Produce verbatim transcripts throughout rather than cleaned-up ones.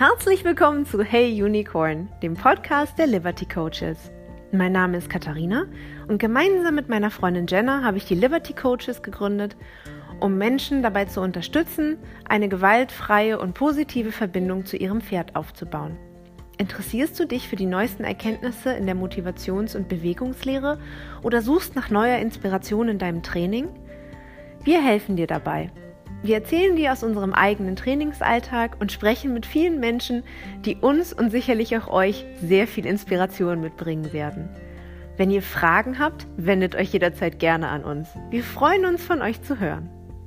Herzlich willkommen zu Hey Unicorn, dem Podcast der Liberty Coaches. Mein Name ist Katharina und gemeinsam mit meiner Freundin Jenna habe ich die Liberty Coaches gegründet, um Menschen dabei zu unterstützen, eine gewaltfreie und positive Verbindung zu ihrem Pferd aufzubauen. Interessierst du dich für die neuesten Erkenntnisse in der Motivations- und Bewegungslehre oder suchst nach neuer Inspiration in deinem Training? Wir helfen dir dabei. Wir erzählen dir aus unserem eigenen Trainingsalltag und sprechen mit vielen Menschen, die uns und sicherlich auch euch sehr viel Inspiration mitbringen werden. Wenn ihr Fragen habt, wendet euch jederzeit gerne an uns. Wir freuen uns, von euch zu hören.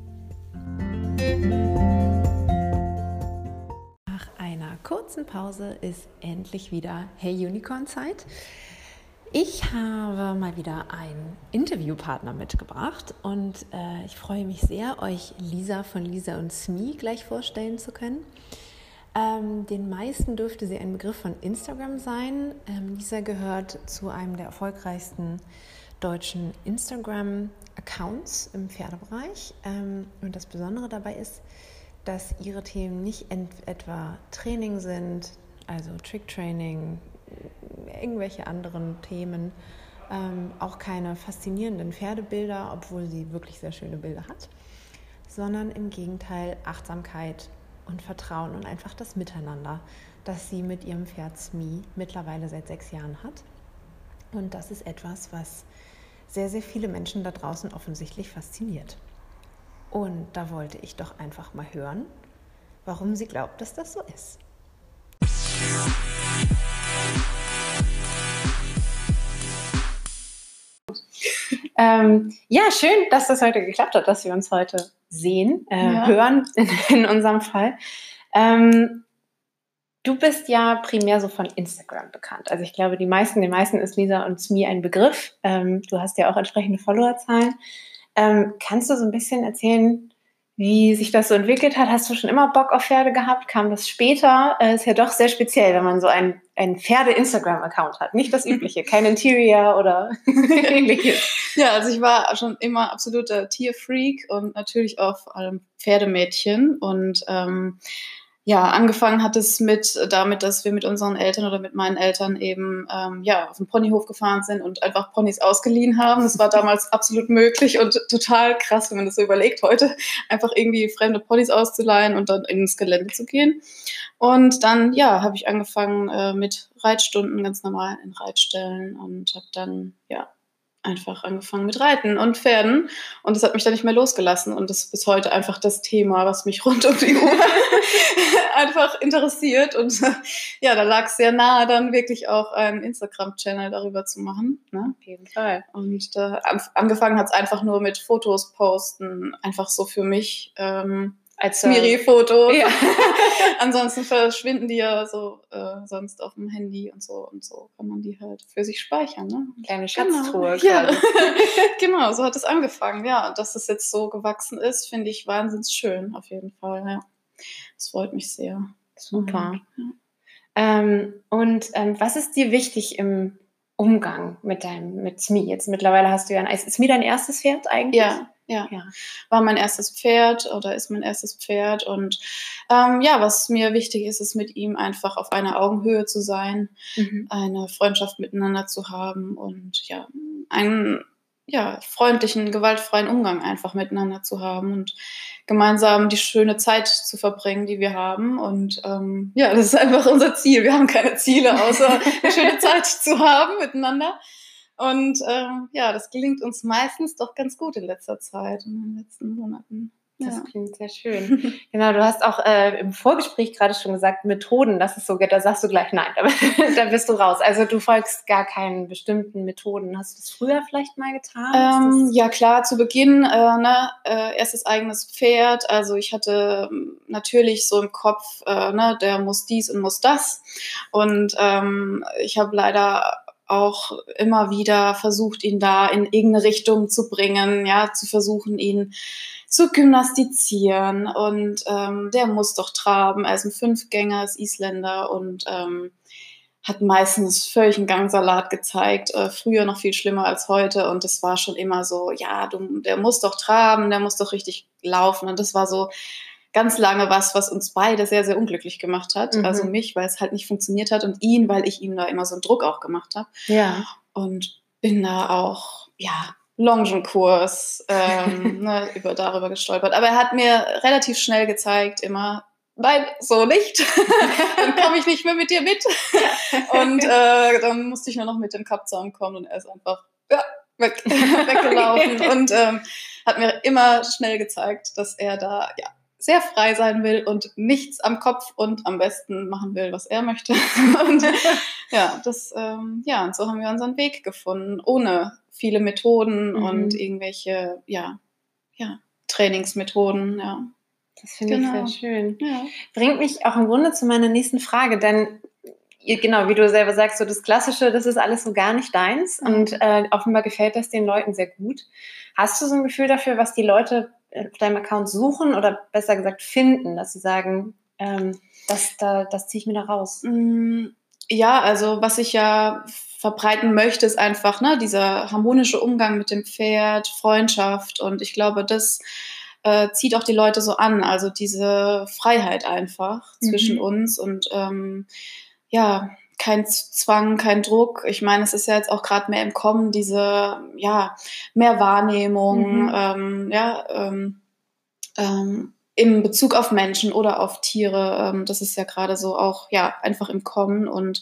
Nach einer kurzen Pause ist endlich wieder Hey Unicorn Zeit. Ich habe mal wieder einen Interviewpartner mitgebracht und äh, ich freue mich sehr, euch Lisa von Lisa und Smee gleich vorstellen zu können. Ähm, den meisten dürfte sie ein Begriff von Instagram sein. Ähm, Lisa gehört zu einem der erfolgreichsten deutschen Instagram-Accounts im Pferdebereich. Ähm, und das Besondere dabei ist, dass ihre Themen nicht ent- etwa Training sind, also Trick-Training, irgendwelche anderen Themen, ähm, auch keine faszinierenden Pferdebilder, obwohl sie wirklich sehr schöne Bilder hat, sondern im Gegenteil Achtsamkeit und Vertrauen und einfach das Miteinander, das sie mit ihrem Pferd Smee mittlerweile seit sechs Jahren hat. Und das ist etwas, was sehr, sehr viele Menschen da draußen offensichtlich fasziniert. Und da wollte ich doch einfach mal hören, warum sie glaubt, dass das so ist. Ähm, ja, schön, dass das heute geklappt hat, dass wir uns heute sehen, äh, ja. hören in, in unserem Fall. Ähm, du bist ja primär so von Instagram bekannt. Also ich glaube, die meisten, den meisten ist Lisa und Smee ein Begriff. Ähm, du hast ja auch entsprechende Followerzahlen. Ähm, kannst du so ein bisschen erzählen, wie sich das so entwickelt hat? Hast du schon immer Bock auf Pferde gehabt? Kam das später? Äh, ist ja doch sehr speziell, wenn man so einen, einen Pferde-Instagram-Account hat. Nicht das Übliche, kein Interior oder ähnliches. Ja, also ich war schon immer absoluter Tierfreak und natürlich auch vor allem Pferdemädchen. Und ähm, ja, angefangen hat es mit damit, dass wir mit unseren Eltern oder mit meinen Eltern eben ähm, ja auf den Ponyhof gefahren sind und einfach Ponys ausgeliehen haben. Das war damals absolut möglich und total krass, wenn man das so überlegt heute, einfach irgendwie fremde Ponys auszuleihen und dann ins Gelände zu gehen. Und dann ja, habe ich angefangen äh, mit Reitstunden ganz normal in Reitstellen und habe dann ja einfach angefangen mit Reiten und Pferden und das hat mich dann nicht mehr losgelassen und das ist bis heute einfach das Thema, was mich rund um die Uhr einfach interessiert und ja, da lag es sehr nahe, dann wirklich auch einen Instagram-Channel darüber zu machen. Ne? Auf jeden Fall. Und äh, angefangen hat es einfach nur mit Fotos posten, einfach so für mich, ähm, als Smiri-Fotos. Ja. Ansonsten verschwinden die ja so äh, sonst auf dem Handy und so und so kann man die halt für sich speichern. Ne? Kleine Schatztruhe. Genau. Ja. Genau, so hat es angefangen. Ja, und dass es jetzt so gewachsen ist, finde ich wahnsinnig schön, auf jeden Fall. Ja. Das freut mich sehr. Super. Ja. Ähm, und ähm, was ist dir wichtig im Umgang mit deinem, mit Smee? Jetzt mittlerweile hast du ja ein, ist Smee dein erstes Pferd eigentlich? Ja. Ja. ja, war mein erstes Pferd oder ist mein erstes Pferd und ähm, ja, was mir wichtig ist, ist mit ihm einfach auf einer Augenhöhe zu sein, mhm. eine Freundschaft miteinander zu haben und ja, einen ja, freundlichen, gewaltfreien Umgang einfach miteinander zu haben und gemeinsam die schöne Zeit zu verbringen, die wir haben und ähm, ja, das ist einfach unser Ziel. Wir haben keine Ziele, außer eine schöne Zeit zu haben miteinander. Und ähm, ja, das gelingt uns meistens doch ganz gut in letzter Zeit, in den letzten Monaten. Das ja. klingt sehr schön. Genau, du hast auch äh, im Vorgespräch gerade schon gesagt, Methoden, das ist so, da sagst du gleich nein, aber da bist du raus. Also du folgst gar keinen bestimmten Methoden. Hast du das früher vielleicht mal getan? Ähm, ja klar, zu Beginn, äh, ne, äh, erstes eigenes Pferd. Also ich hatte natürlich so im Kopf, äh, ne, der muss dies und muss das. Und ähm, ich habe leider auch immer wieder versucht, ihn da in irgendeine Richtung zu bringen, ja, zu versuchen, ihn zu gymnastizieren und ähm, der muss doch traben, er ist ein Fünfgänger, ist Isländer und ähm, hat meistens völlig einen Gangsalat gezeigt, äh, früher noch viel schlimmer als heute und das war schon immer so, ja, du, der muss doch traben, der muss doch richtig laufen und das war so ganz lange was, was uns beide sehr, sehr unglücklich gemacht hat. Mhm. Also mich, weil es halt nicht funktioniert hat und ihn, weil ich ihm da immer so einen Druck auch gemacht habe. Ja. Und bin da auch, ja, Longenkurs ähm, ne, über, darüber gestolpert. Aber er hat mir relativ schnell gezeigt, immer, nein, so nicht. Dann komme ich nicht mehr mit dir mit. Und äh, dann musste ich nur noch mit dem Kappzaun kommen und er ist einfach ja, weg, weggelaufen. Und ähm, hat mir immer schnell gezeigt, dass er da ja sehr frei sein will und nichts am Kopf und am besten machen will, was er möchte. Und ja, das, ähm, ja, und so haben wir unseren Weg gefunden, ohne viele Methoden mhm. und irgendwelche, ja, ja, Trainingsmethoden, ja. Das finde genau. ich sehr schön. Ja. Bringt mich auch im Grunde zu meiner nächsten Frage, denn genau, wie du selber sagst, so das Klassische, das ist alles so gar nicht deins mhm. und äh, offenbar gefällt das den Leuten sehr gut. Hast du so ein Gefühl dafür, was die Leute auf deinem Account suchen oder besser gesagt finden, dass sie sagen, ähm, das, da, das ziehe ich mir da raus? Ja, also was ich ja verbreiten möchte, ist einfach ne, dieser harmonische Umgang mit dem Pferd, Freundschaft und ich glaube, das äh, zieht auch die Leute so an, also diese Freiheit einfach mhm. zwischen uns und ähm, ja, kein Zwang, kein Druck. Ich meine, es ist ja jetzt auch gerade mehr im Kommen, diese, ja, mehr Wahrnehmung, mhm. ähm, ja, ähm, ähm, im Bezug auf Menschen oder auf Tiere. Ähm, das ist ja gerade so auch, ja, einfach im Kommen und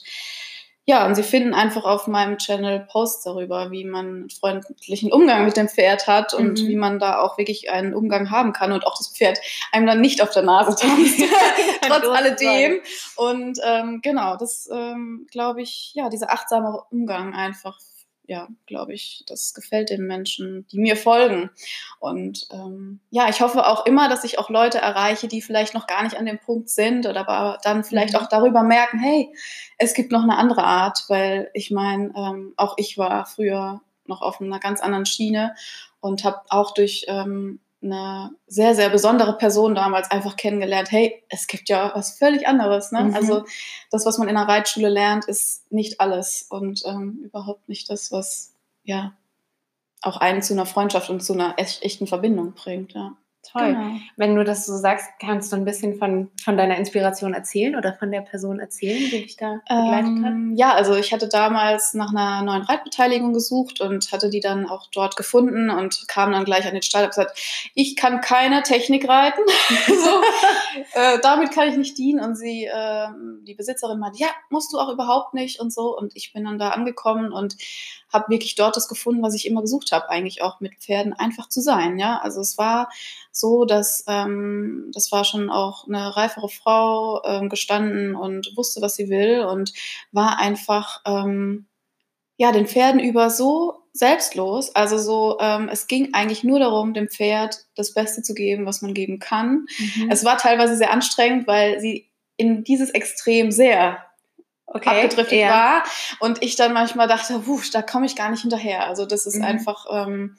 ja, und sie finden einfach auf meinem Channel Posts darüber, wie man einen freundlichen Umgang mit dem Pferd hat und mhm. wie man da auch wirklich einen Umgang haben kann und auch das Pferd einem dann nicht auf der Nase tanzt, trotz alledem. Und ähm, genau, das ähm, glaube ich, ja, dieser achtsame Umgang einfach, ja, glaube ich, das gefällt den Menschen, die mir folgen. Und ähm, ja, ich hoffe auch immer, dass ich auch Leute erreiche, die vielleicht noch gar nicht an dem Punkt sind oder aber dann vielleicht mhm. auch darüber merken, hey, es gibt noch eine andere Art, weil ich meine, ähm, auch ich war früher noch auf einer ganz anderen Schiene und habe auch durch ähm, eine sehr, sehr besondere Person damals einfach kennengelernt, hey, es gibt ja was völlig anderes. Ne? Mhm. Also das, was man in der Reitschule lernt, ist nicht alles und ähm, überhaupt nicht das, was ja auch einen zu einer Freundschaft und zu einer echt, echten Verbindung bringt. Ja. Toll. Genau. Wenn du das so sagst, kannst du ein bisschen von, von deiner Inspiration erzählen oder von der Person erzählen, die dich da begleitet ähm, hat? Ja, also ich hatte damals nach einer neuen Reitbeteiligung gesucht und hatte die dann auch dort gefunden und kam dann gleich an den Stall und gesagt, ich kann keine Technik reiten, so, äh, damit kann ich nicht dienen. Und sie, äh, die Besitzerin meinte, ja, musst du auch überhaupt nicht und so. Und ich bin dann da angekommen und habe wirklich dort das gefunden, was ich immer gesucht habe, eigentlich auch mit Pferden einfach zu sein. Ja, also es war so, dass ähm, das war schon auch eine reifere Frau ähm, gestanden und wusste, was sie will und war einfach ähm, ja den Pferden über so selbstlos. Also so, ähm, es ging eigentlich nur darum, dem Pferd das Beste zu geben, was man geben kann. Mhm. Es war teilweise sehr anstrengend, weil sie in dieses Extrem sehr okay, abgedriftet ja. war und ich dann manchmal dachte, wusch, da komme ich gar nicht hinterher. Also das ist mhm. einfach ähm,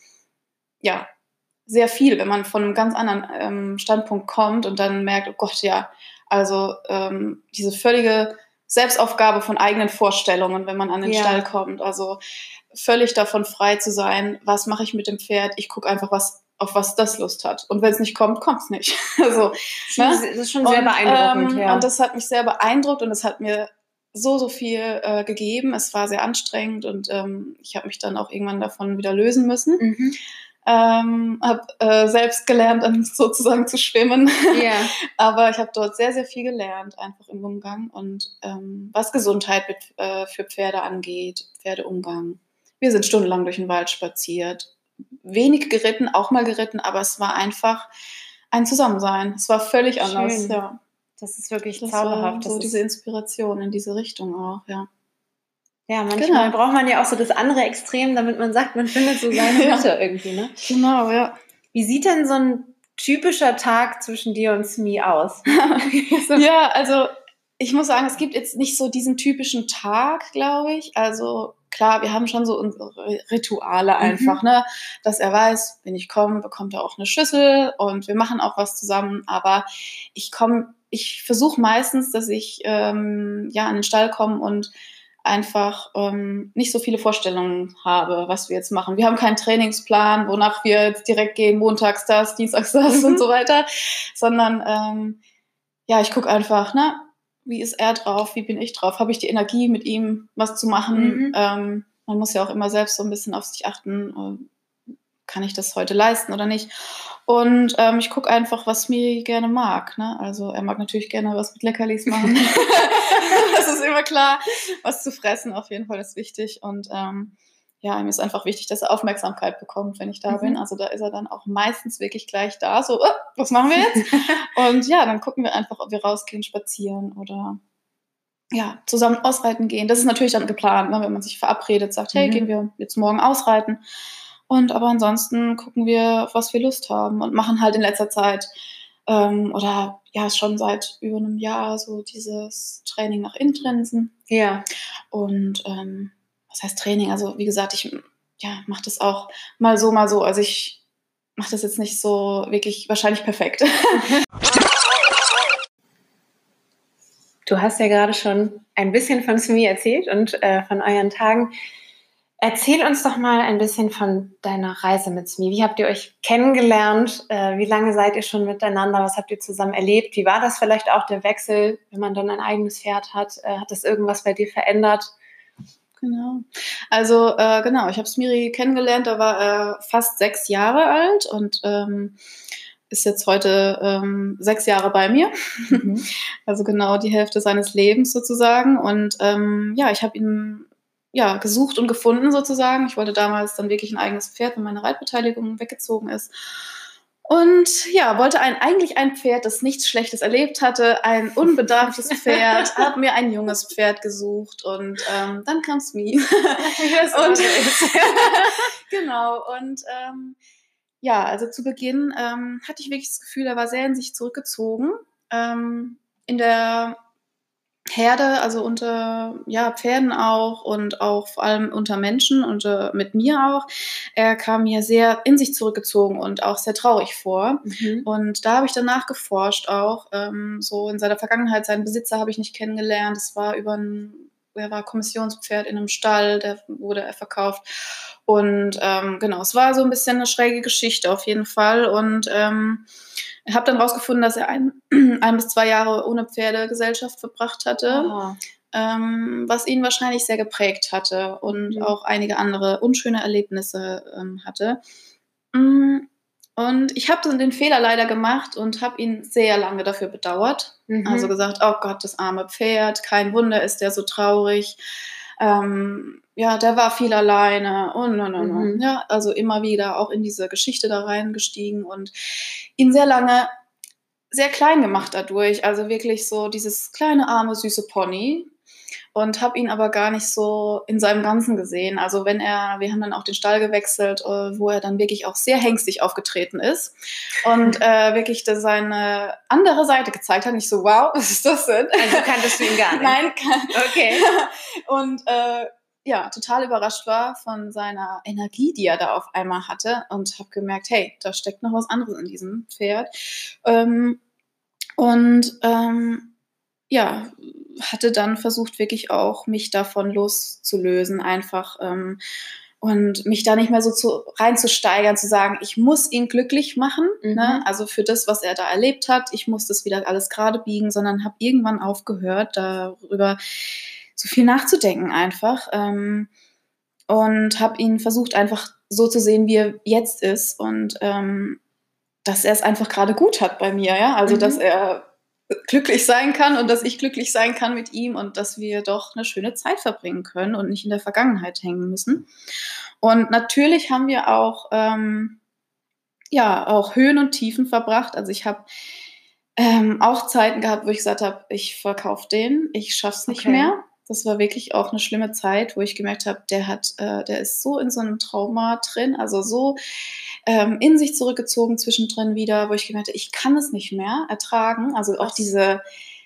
ja sehr viel, wenn man von einem ganz anderen ähm, Standpunkt kommt und dann merkt, oh Gott, ja, also ähm, diese völlige Selbstaufgabe von eigenen Vorstellungen, wenn man an den ja. Stall kommt, also völlig davon frei zu sein, was mache ich mit dem Pferd, ich gucke einfach, was auf was das Lust hat. Und wenn es nicht kommt, kommt es nicht. also, schon, ne? Das ist schon sehr und, beeindruckend. Ähm, ja. Und das hat mich sehr beeindruckt und es hat mir so, so viel äh, gegeben. Es war sehr anstrengend und ähm, ich habe mich dann auch irgendwann davon wieder lösen müssen. Mhm. Ähm, habe äh, selbst gelernt, dann sozusagen zu schwimmen. Yeah. Aber ich habe dort sehr, sehr viel gelernt, einfach im Umgang und ähm, was Gesundheit mit, äh, für Pferde angeht, Pferdeumgang. Wir sind stundenlang durch den Wald spaziert, wenig geritten, auch mal geritten, aber es war einfach ein Zusammensein. Es war völlig Schön. anders. Ja. Das ist wirklich das zauberhaft. War so das diese Inspiration in diese Richtung auch, ja. Ja, manchmal genau. braucht man ja auch so das andere Extrem, damit man sagt, man findet so seine Mitte ja. irgendwie, ne? Genau, ja. Wie sieht denn so ein typischer Tag zwischen dir und Smee aus? Ja, also ich muss sagen, es gibt jetzt nicht so diesen typischen Tag, glaube ich. Also klar, wir haben schon so unsere Rituale einfach, mhm. ne? Dass er weiß, wenn ich komme, bekommt er auch eine Schüssel und wir machen auch was zusammen. Aber ich komme, ich versuche meistens, dass ich ähm, ja an den Stall komme und einfach ähm, nicht so viele Vorstellungen habe, was wir jetzt machen. Wir haben keinen Trainingsplan, wonach wir jetzt direkt gehen, montags das, dienstags das mhm. und so weiter, sondern ähm, ja, ich gucke einfach, ne, wie ist er drauf, wie bin ich drauf, habe ich die Energie, mit ihm was zu machen. Mhm. Ähm, man muss ja auch immer selbst so ein bisschen auf sich achten, äh, kann ich das heute leisten oder nicht. Und ähm, ich gucke einfach, was Miri gerne mag. Ne? Also er mag natürlich gerne was mit Leckerlis machen. Das ist immer klar. Was zu fressen auf jeden Fall ist wichtig. Und ähm, ja, ihm ist einfach wichtig, dass er Aufmerksamkeit bekommt, wenn ich da Mhm. bin. Also da ist er dann auch meistens wirklich gleich da. So, oh, was machen wir jetzt? Und ja, dann gucken wir einfach, ob wir rausgehen, spazieren oder ja, zusammen ausreiten gehen. Das ist natürlich dann geplant, ne? Wenn man sich verabredet, sagt, hey, Mhm. gehen wir jetzt morgen ausreiten. Und aber ansonsten gucken wir, auf was wir Lust haben und machen halt in letzter Zeit ähm, oder ja, schon seit über einem Jahr so dieses Training nach Intrinsen. Ja. Und ähm, was heißt Training? Also wie gesagt, ich ja, mache das auch mal so, mal so. Also ich mache das jetzt nicht so wirklich wahrscheinlich perfekt. Du hast ja gerade schon ein bisschen von Smee erzählt und äh, von euren Tagen. Erzähl uns doch mal ein bisschen von deiner Reise mit Smee. Wie habt ihr euch kennengelernt? Äh, wie lange seid ihr schon miteinander? Was habt ihr zusammen erlebt? Wie war das vielleicht auch der Wechsel, wenn man dann ein eigenes Pferd hat? Äh, hat das irgendwas bei dir verändert? Genau. Also äh, genau, ich habe Smiri kennengelernt, da war er fast sechs Jahre alt und ähm, ist jetzt heute ähm, sechs Jahre bei mir. Mhm. Also genau die Hälfte seines Lebens sozusagen. Und ähm, ja, ich habe ihn ja gesucht und gefunden sozusagen. Ich wollte damals dann wirklich ein eigenes Pferd, wenn meine Reitbeteiligung weggezogen ist. Und ja, wollte ein, eigentlich ein Pferd, das nichts Schlechtes erlebt hatte, ein unbedarftes Pferd, habe mir ein junges Pferd gesucht und ähm, dann kam Smee. Und genau, und ähm, ja, also zu Beginn ähm, hatte ich wirklich das Gefühl, er war sehr in sich zurückgezogen. Ähm, in der Herde, also unter ja, Pferden auch und auch vor allem unter Menschen und äh, mit mir auch. Er kam mir sehr in sich zurückgezogen und auch sehr traurig vor. Mhm. Und da habe ich danach geforscht auch. Ähm, so in seiner Vergangenheit, seinen Besitzer habe ich nicht kennengelernt. Das war über ein, er war Kommissionspferd in einem Stall, der wurde er verkauft. Und ähm, genau, es war so ein bisschen eine schräge Geschichte auf jeden Fall. Und ähm, ich habe dann rausgefunden, dass er ein, ein bis zwei Jahre ohne Pferdegesellschaft verbracht hatte, ähm, was ihn wahrscheinlich sehr geprägt hatte und mhm. auch einige andere unschöne Erlebnisse ähm, hatte. Und ich habe dann den Fehler leider gemacht und habe ihn sehr lange dafür bedauert. Mhm. Also gesagt, oh Gott, das arme Pferd, kein Wunder ist der so traurig. Ähm, ja, der war viel alleine und, und, und, mhm. ja, also immer wieder auch in diese Geschichte da reingestiegen und ihn sehr lange sehr klein gemacht dadurch, also wirklich so dieses kleine, arme, süße Pony und habe ihn aber gar nicht so in seinem Ganzen gesehen. Also wenn er, wir haben dann auch den Stall gewechselt, wo er dann wirklich auch sehr hängstig aufgetreten ist und äh, wirklich seine andere Seite gezeigt hat. Nicht so, wow, was ist das denn? Also kanntest du ihn gar nicht? Nein. Okay. Und äh, ja, total überrascht war von seiner Energie, die er da auf einmal hatte und habe gemerkt, hey, da steckt noch was anderes in diesem Pferd. Ähm, und ähm, ja, hatte dann versucht, wirklich auch mich davon loszulösen, einfach ähm, und mich da nicht mehr so zu, reinzusteigern, zu sagen, ich muss ihn glücklich machen, mhm. ne? Also für das, was er da erlebt hat, ich muss das wieder alles gerade biegen, sondern habe irgendwann aufgehört, darüber so viel nachzudenken einfach ähm, und habe ihn versucht, einfach so zu sehen, wie er jetzt ist und ähm, dass er es einfach gerade gut hat bei mir, ja, also mhm. dass er glücklich sein kann und dass ich glücklich sein kann mit ihm und dass wir doch eine schöne Zeit verbringen können und nicht in der Vergangenheit hängen müssen. Und natürlich haben wir auch ähm, ja auch Höhen und Tiefen verbracht. Also ich habe ähm, auch Zeiten gehabt, wo ich gesagt habe, ich verkaufe den, ich schaff's nicht okay. mehr. Das war wirklich auch eine schlimme Zeit, wo ich gemerkt habe, der hat, äh, der ist so in so einem Trauma drin, also so ähm, in sich zurückgezogen zwischendrin wieder, wo ich gemerkt habe, ich kann es nicht mehr ertragen. Also auch diese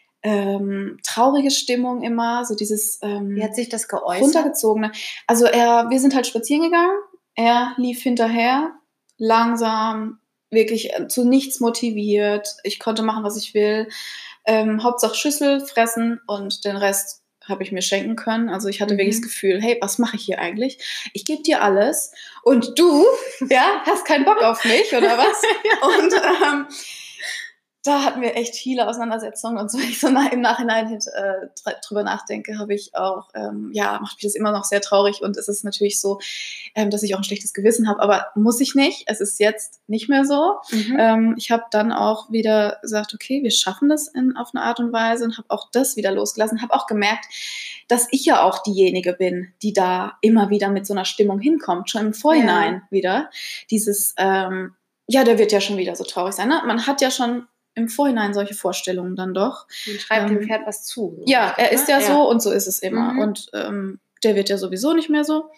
ähm, traurige Stimmung immer, so dieses ähm, Wie hat sich das geäußert? Runtergezogene. Also er, wir sind halt spazieren gegangen, er lief hinterher, langsam, wirklich zu nichts motiviert. Ich konnte machen, was ich will. Ähm, Hauptsache Schüssel, fressen und den Rest habe ich mir schenken können. Also ich hatte mhm. wirklich das Gefühl, hey, was mache ich hier eigentlich? Ich gebe dir alles und du, ja, hast keinen Bock auf mich oder was? Und ähm, da hatten wir echt viele Auseinandersetzungen und so, wenn ich so im Nachhinein äh, drüber nachdenke, habe ich auch, ähm, ja, macht mich das immer noch sehr traurig und es ist natürlich so, ähm, dass ich auch ein schlechtes Gewissen habe, aber muss ich nicht, es ist jetzt nicht mehr so. Mhm. Ähm, ich habe dann auch wieder gesagt, okay, wir schaffen das in, auf eine Art und Weise und habe auch das wieder losgelassen, habe auch gemerkt, dass ich ja auch diejenige bin, die da immer wieder mit so einer Stimmung hinkommt, schon im Vorhinein ja. wieder. Dieses, ähm, ja, der wird ja schon wieder so traurig sein. Ne? Man hat ja schon im Vorhinein solche Vorstellungen dann doch. Man schreibt ähm, dem Pferd was zu. So ja, er ist ja, ja so und so ist es immer. Mhm. Und ähm, der wird ja sowieso nicht mehr so.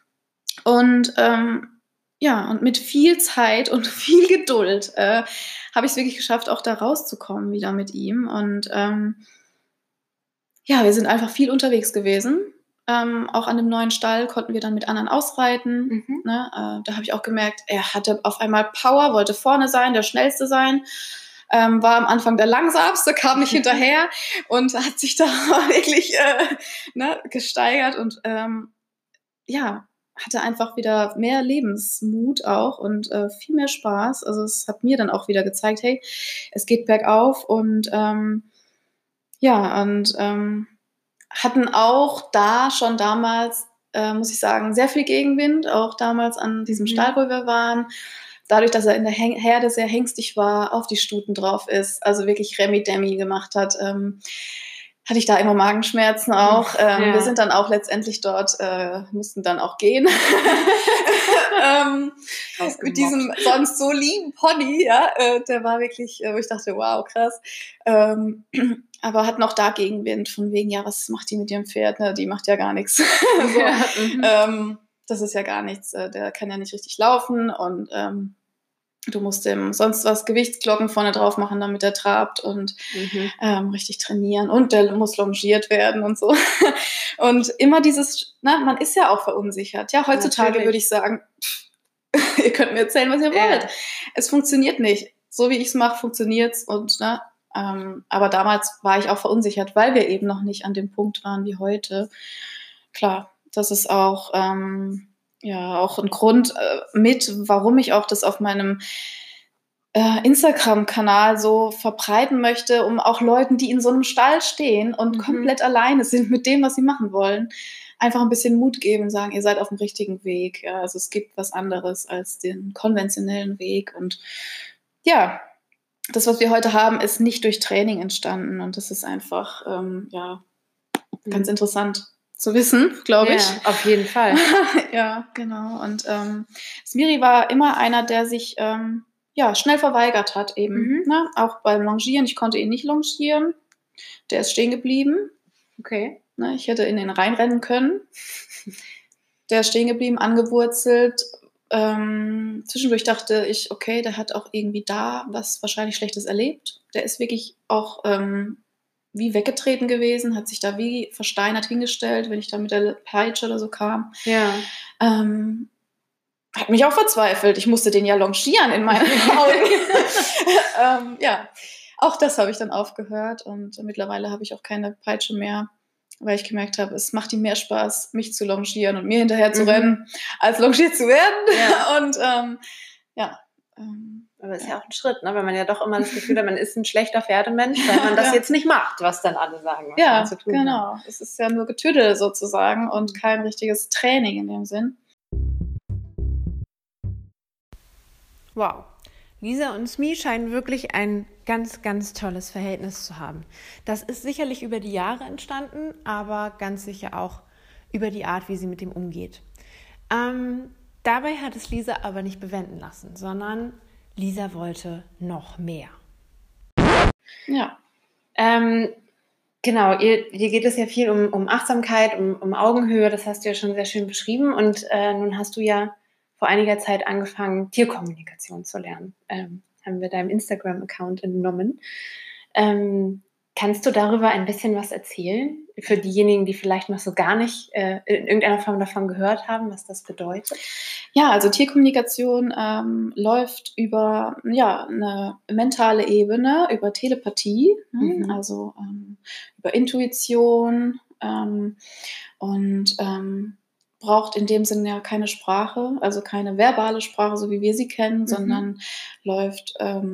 Und ähm, ja, und mit viel Zeit und viel Geduld äh, habe ich es wirklich geschafft, auch da rauszukommen wieder mit ihm. Und ähm, ja, wir sind einfach viel unterwegs gewesen. Ähm, auch an dem neuen Stall konnten wir dann mit anderen ausreiten. Mhm. Ne? Äh, da habe ich auch gemerkt, er hatte auf einmal Power, wollte vorne sein, der Schnellste sein. Ähm, war am Anfang der Langsamste, kam nicht hinterher und hat sich da wirklich äh, ne, gesteigert und ähm, ja, hatte einfach wieder mehr Lebensmut auch und äh, viel mehr Spaß. Also es hat mir dann auch wieder gezeigt, hey, es geht bergauf und ähm, ja, und ähm, hatten auch da schon damals, äh, muss ich sagen, sehr viel Gegenwind, auch damals an diesem Stall, wo wir waren. Dadurch, dass er in der Herde sehr hängstig war, auf die Stuten drauf ist, also wirklich Remi-Demi gemacht hat, ähm, hatte ich da immer Magenschmerzen auch. Ähm, ja. Wir sind dann auch letztendlich dort, äh, mussten dann auch gehen. ähm, mit diesem sonst so lieben Pony, ja, äh, der war wirklich, äh, wo ich dachte, wow, krass. Ähm, aber hat noch da Gegenwind von wegen, ja, was macht die mit ihrem Pferd? Ne? Die macht ja gar nichts. so, ja, ähm, das ist ja gar nichts. Der kann ja nicht richtig laufen und ähm, du musst dem sonst was Gewichtsglocken vorne drauf machen, damit er trabt und mhm. ähm, richtig trainieren und der muss longiert werden und so. Und immer dieses, na, man ist ja auch verunsichert. Ja, heutzutage Natürlich. Würde ich sagen, pff, ihr könnt mir erzählen, was ihr wollt. Ja. Es funktioniert nicht. So wie ich es mache, funktioniert's und na, ähm, aber damals war ich auch verunsichert, weil wir eben noch nicht an dem Punkt waren wie heute. Klar, das ist auch ähm, ja auch ein Grund äh, mit, warum ich auch das auf meinem äh, Instagram-Kanal so verbreiten möchte, um auch Leuten, die in so einem Stall stehen und mhm. komplett alleine sind mit dem, was sie machen wollen, einfach ein bisschen Mut geben und sagen, ihr seid auf dem richtigen Weg. Ja, also es gibt was anderes als den konventionellen Weg und ja, das, was wir heute haben, ist nicht durch Training entstanden und das ist einfach, ähm, ja, ganz mhm. interessant zu wissen, glaube ich. Ja, auf jeden Fall. Ja, genau. Und ähm, Smiri war immer einer, der sich ähm, ja, schnell verweigert hat eben. Mhm. Ne? Auch beim Longieren. Ich konnte ihn nicht longieren. Der ist stehen geblieben. Okay. Ne? Ich hätte in den reinrennen können. Der ist stehen geblieben, angewurzelt. Ähm, zwischendurch dachte ich, okay, der hat auch irgendwie da was wahrscheinlich Schlechtes erlebt. Der ist wirklich auch ähm, wie weggetreten gewesen, hat sich da wie versteinert hingestellt, wenn ich da mit der Peitsche oder so kam. Ja. Ähm, hat mich auch verzweifelt. Ich musste den ja longieren in meinen Augen. ähm, ja, auch das habe ich dann aufgehört und mittlerweile habe ich auch keine Peitsche mehr, weil ich gemerkt habe, es macht ihm mehr Spaß, mich zu longieren und mir hinterher zu mhm. rennen, als longiert zu werden. Ja. Und ähm, ja. Ähm, Aber ist ja auch ein Schritt, ne? Weil man ja doch immer das Gefühl hat, man ist ein schlechter Pferdemensch, weil man das ja. jetzt nicht macht, was dann alle sagen. Was ja, man zu tun genau. Hat. Es ist ja nur Getüdel sozusagen und kein richtiges Training in dem Sinn. Wow. Lisa und Smee scheinen wirklich ein ganz, ganz tolles Verhältnis zu haben. Das ist sicherlich über die Jahre entstanden, aber ganz sicher auch über die Art, wie sie mit dem umgeht. Ähm, dabei hat es Lisa aber nicht bewenden lassen, sondern Lisa wollte noch mehr. Ja. Ähm, genau, ihr, hier geht es ja viel um, um Achtsamkeit, um, um Augenhöhe, das hast du ja schon sehr schön beschrieben und äh, nun hast du ja vor einiger Zeit angefangen, Tierkommunikation zu lernen. Ähm, haben wir deinem Instagram-Account entnommen. Ähm, kannst du darüber ein bisschen was erzählen? Für diejenigen, die vielleicht noch so gar nicht äh, in irgendeiner Form davon gehört haben, was das bedeutet? Ja, also Tierkommunikation ähm, läuft über ja, eine mentale Ebene, über Telepathie, ne? mhm. also ähm, über Intuition ähm, und ähm, braucht in dem Sinne ja keine Sprache, also keine verbale Sprache, so wie wir sie kennen, mhm. sondern läuft ähm,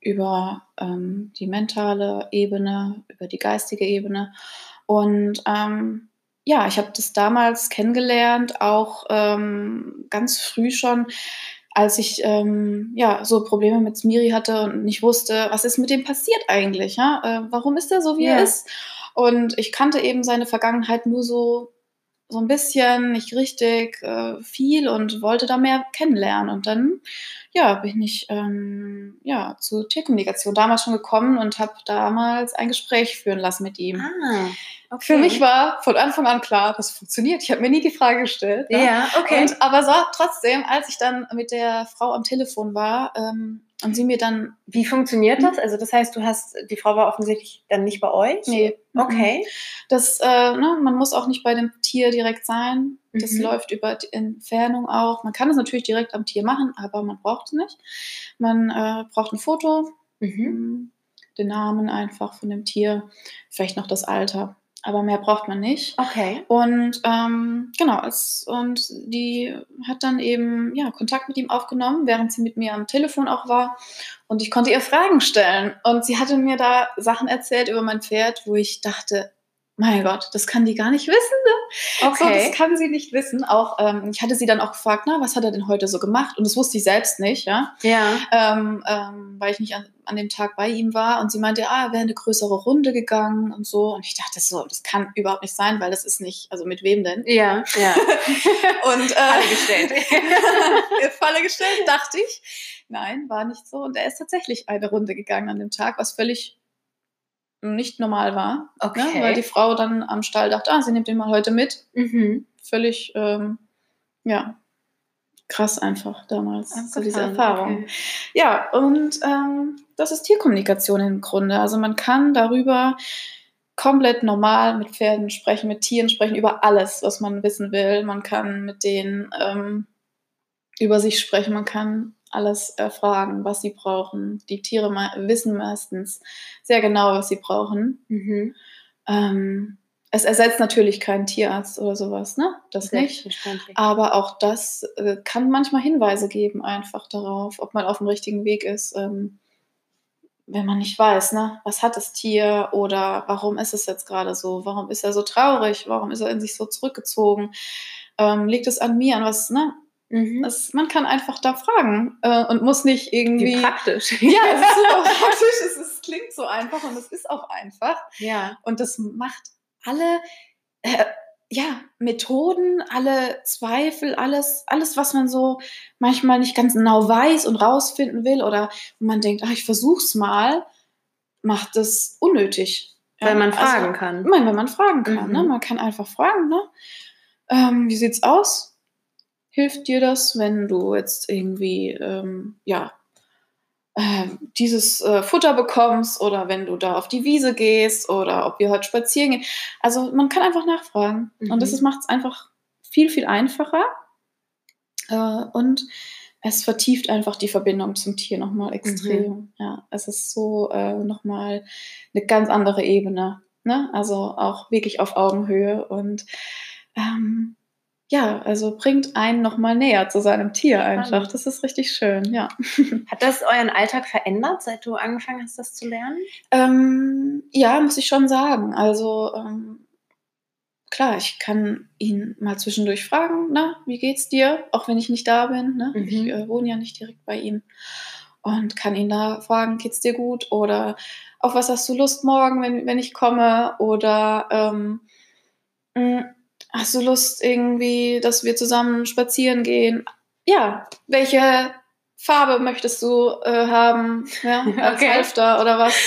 über ähm, die mentale Ebene, über die geistige Ebene. Und ähm, ja, ich habe das damals kennengelernt, auch ähm, ganz früh schon, als ich ähm, ja, so Probleme mit Smiri hatte und nicht wusste, was ist mit dem passiert eigentlich? Ja? Äh, warum ist er so, wie Ja. er ist? Und ich kannte eben seine Vergangenheit nur so, so ein bisschen, nicht richtig äh, viel und wollte da mehr kennenlernen. Und dann ja, bin ich ähm, ja, zur Tierkommunikation damals schon gekommen und habe damals ein Gespräch führen lassen mit ihm. Ah, okay. Für mich war von Anfang an klar, das funktioniert. Ich habe mir nie die Frage gestellt. Ja, ja, okay. Und, aber so, trotzdem, als ich dann mit der Frau am Telefon war ähm, und sie mir dann... Wie funktioniert das? Also das heißt, du hast, die Frau war offensichtlich dann nicht bei euch? Nee. Okay. Das, äh, ne, man muss auch nicht bei dem Tier direkt sein. Das Mhm. läuft über die Entfernung auch. Man kann es natürlich direkt am Tier machen, aber man braucht es nicht. Man äh, braucht ein Foto, Mhm. den Namen einfach von dem Tier, vielleicht noch das Alter. Aber mehr braucht man nicht. Okay. Und ähm, genau, als, und die hat dann eben ja, Kontakt mit ihm aufgenommen, während sie mit mir am Telefon auch war. Und ich konnte ihr Fragen stellen. Und sie hatte mir da Sachen erzählt über mein Pferd, wo ich dachte, mein Gott, das kann die gar nicht wissen. Ne? Okay. So, das kann sie nicht wissen. Auch ähm, ich hatte sie dann auch gefragt, na, was hat er denn heute so gemacht? Und das wusste ich selbst nicht, ja, Ja. ähm, ähm, weil ich nicht an, an dem Tag bei ihm war. Und sie meinte, ah, er wäre eine größere Runde gegangen und so. Und ich dachte so, das kann überhaupt nicht sein, weil das ist nicht, also mit wem denn? Ja, ja. Und äh, Falle gestellt. Falle gestellt, dachte ich. Nein, war nicht so. Und er ist tatsächlich eine Runde gegangen an dem Tag, was völlig nicht normal war. Okay. Ne? Weil die Frau dann am Stall dachte, ah, sie nimmt ihn mal heute mit. Mhm. Völlig, ähm, ja, krass einfach damals, so diese Abgefahren, Erfahrung. okay. Ja, und ähm, das ist Tierkommunikation im Grunde. Also man kann darüber komplett normal mit Pferden sprechen, mit Tieren sprechen, über alles, was man wissen will. Man kann mit denen ähm, über sich sprechen, man kann alles erfragen, was sie brauchen. Die Tiere me- wissen meistens sehr genau, was sie brauchen. Mhm. Ähm, es ersetzt natürlich keinen Tierarzt oder sowas, ne? Das nicht. Selbstverständlich. Aber auch das äh, kann manchmal Hinweise geben, einfach darauf, ob man auf dem richtigen Weg ist. Ähm, wenn man nicht weiß, ne? Was hat das Tier oder warum ist es jetzt gerade so? Warum ist er so traurig? Warum ist er in sich so zurückgezogen? Ähm, liegt es an mir, an was, ne? Mhm. Das, man kann einfach da fragen äh, und muss nicht irgendwie... Wie praktisch. Ja, es ist super praktisch, es, ist, es klingt so einfach und es ist auch einfach. Ja. Und das macht alle äh, ja, Methoden, alle Zweifel, alles, alles, was man so manchmal nicht ganz genau weiß und rausfinden will oder wo man denkt, ach, ich versuch's mal, macht es unnötig. Ja, Weil man fragen also, kann. Nein, wenn man fragen kann. Mhm. Ne? Man kann einfach fragen, ne? Ähm, wie sieht's aus? Hilft dir das, wenn du jetzt irgendwie, ähm, ja, äh, dieses äh, Futter bekommst oder wenn du da auf die Wiese gehst oder ob wir heute spazieren gehen. Also man kann einfach nachfragen. Mhm. Und das macht es einfach viel, viel einfacher. Äh, und es vertieft einfach die Verbindung zum Tier nochmal extrem. Mhm. Ja, es ist so äh, nochmal eine ganz andere Ebene. Ne? Also auch wirklich auf Augenhöhe und ähm, ja, also bringt einen nochmal näher zu seinem Tier einfach. Spannend. Das ist richtig schön, ja. Hat das euren Alltag verändert, seit du angefangen hast, das zu lernen? Ähm, ja, muss ich schon sagen. Also ähm, klar, ich kann ihn mal zwischendurch fragen, na, wie geht's dir? Auch wenn ich nicht da bin. Ne? Mhm. Ich äh, wohne ja nicht direkt bei ihm. Und kann ihn da fragen, geht's dir gut? Oder auf was hast du Lust morgen, wenn, wenn ich komme? Oder ähm, mh, hast du Lust irgendwie, dass wir zusammen spazieren gehen? Ja, welche Farbe möchtest du äh, haben? Ja, als Okay. Halfter oder was?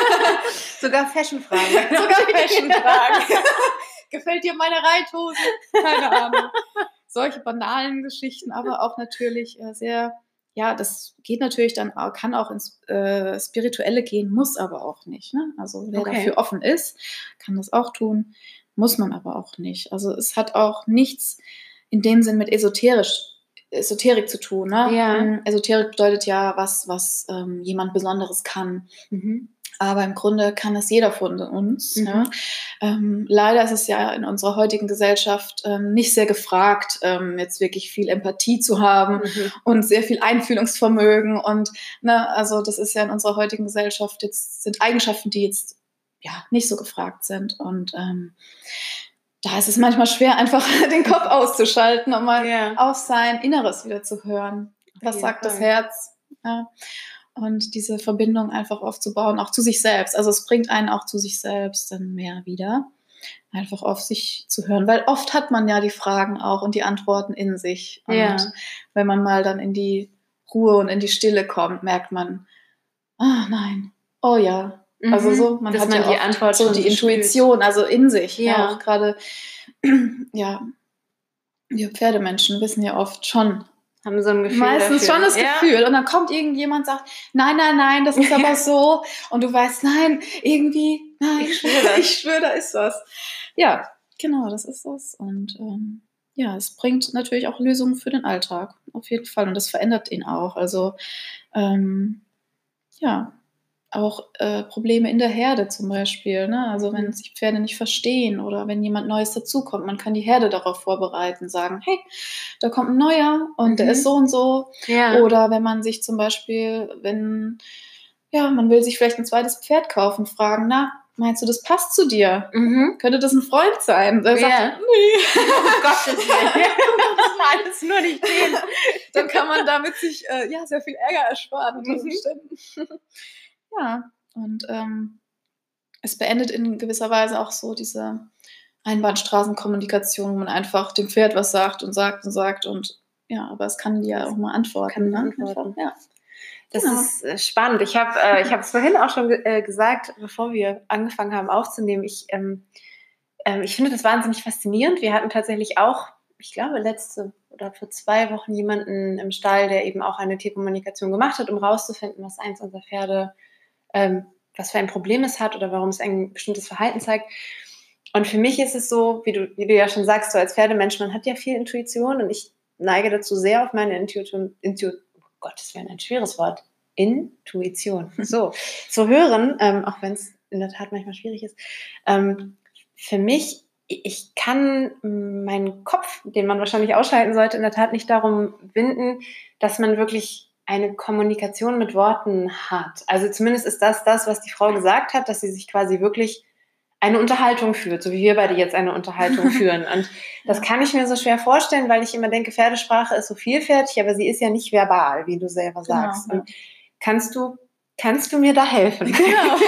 Sogar Fashion-Fragen. Sogar Fashion-Fragen. Gefällt dir meine Reithose? Keine Ahnung. Solche banalen Geschichten, aber auch natürlich äh, sehr, ja, das geht natürlich dann auch, kann auch ins äh, Spirituelle gehen, muss aber auch nicht. Ne? Also wer Okay. dafür offen ist, kann das auch tun, muss man aber auch nicht. Also es hat auch nichts in dem Sinn mit esoterisch Esoterik zu tun. Ne? Ja. Esoterik bedeutet ja was, was ähm, jemand Besonderes kann. Mhm. Aber im Grunde kann es jeder von uns. Mhm. Ja. Ähm, leider ist es ja in unserer heutigen Gesellschaft ähm, nicht sehr gefragt, ähm, jetzt wirklich viel Empathie zu haben Mhm. und sehr viel Einfühlungsvermögen. Und ne, also das ist ja in unserer heutigen Gesellschaft jetzt sind Eigenschaften, die jetzt ja nicht so gefragt sind. Und ähm, da ist es manchmal schwer, einfach den Kopf auszuschalten und mal Ja. auf sein Inneres wieder zu hören. Was jeden sagt das Fall. Herz? Ja. Und diese Verbindung einfach aufzubauen, auch zu sich selbst. Also es bringt einen auch zu sich selbst dann mehr wieder, einfach auf sich zu hören. Weil oft hat man ja die Fragen auch und die Antworten in sich. Und Ja. wenn man mal dann in die Ruhe und in die Stille kommt, merkt man, ah nein, oh ja. Mhm. Also so, man Dass hat man ja die oft Antwort so schon die so Intuition, also in sich. Ja. Ja. Auch gerade, ja, wir Pferdemenschen wissen ja oft schon, Haben so ein Gefühl meistens dafür. schon das Ja. Gefühl. Und dann kommt irgendjemand und sagt, nein, nein, nein, das ist aber so. Und du weißt, nein, irgendwie, nein, Ich schwöre. ich schwöre, da ist was. Ja, genau, das ist das. Und ähm, ja, es bringt natürlich auch Lösungen für den Alltag, auf jeden Fall. Und das verändert ihn auch. Also ähm, ja, auch äh, Probleme in der Herde zum Beispiel. Ne? Also wenn Mhm. sich Pferde nicht verstehen oder wenn jemand Neues dazukommt, man kann die Herde darauf vorbereiten, sagen, hey, da kommt ein Neuer und Mhm. der ist so und so. Ja. Oder wenn man sich zum Beispiel, wenn, ja, man will sich vielleicht ein zweites Pferd kaufen, fragen, na, meinst du, das passt zu dir? Mhm. Könnte das ein Freund sein? Der Ja. sagt, nee. Um Gottes Willen. Alles nur nicht den. Dann kann man damit sich äh, ja, sehr viel Ärger ersparen unter Mhm. Umständen. Ja, und ähm, es beendet in gewisser Weise auch so diese Einbahnstraßenkommunikation, wo man einfach dem Pferd was sagt und sagt und sagt und ja, aber es kann dir auch mal antworten. Kann ne? antworten. Einfach, ja. Das Genau. ist äh, spannend. Ich habe äh, ich habe es vorhin auch schon ge äh, gesagt, bevor wir angefangen haben aufzunehmen. Ich, ähm, ähm, ich finde das wahnsinnig faszinierend. Wir hatten tatsächlich auch, ich glaube, letzte oder vor zwei Wochen jemanden im Stall, der eben auch eine Tierkommunikation gemacht hat, um rauszufinden, was eins unserer Pferde, ähm, was für ein Problem es hat oder warum es ein bestimmtes Verhalten zeigt. Und für mich ist es so, wie du, wie du ja schon sagst, so als Pferdemensch, man hat ja viel Intuition und ich neige dazu sehr auf meine Intuition, Intuition oh Gott, das wäre ein schweres Wort, Intuition, so, zu hören, ähm, auch wenn es in der Tat manchmal schwierig ist. Ähm, für mich, ich kann meinen Kopf, den man wahrscheinlich ausschalten sollte, in der Tat nicht darum winden, dass man wirklich eine Kommunikation mit Worten hat. Also zumindest ist das das, was die Frau gesagt hat, dass sie sich quasi wirklich eine Unterhaltung führt, so wie wir beide jetzt eine Unterhaltung führen. Und das Ja. kann ich mir so schwer vorstellen, weil ich immer denke, Pferdesprache ist so vielfältig, aber sie ist ja nicht verbal, wie du selber sagst. Genau, Und kannst du, kannst du mir da helfen? Genau.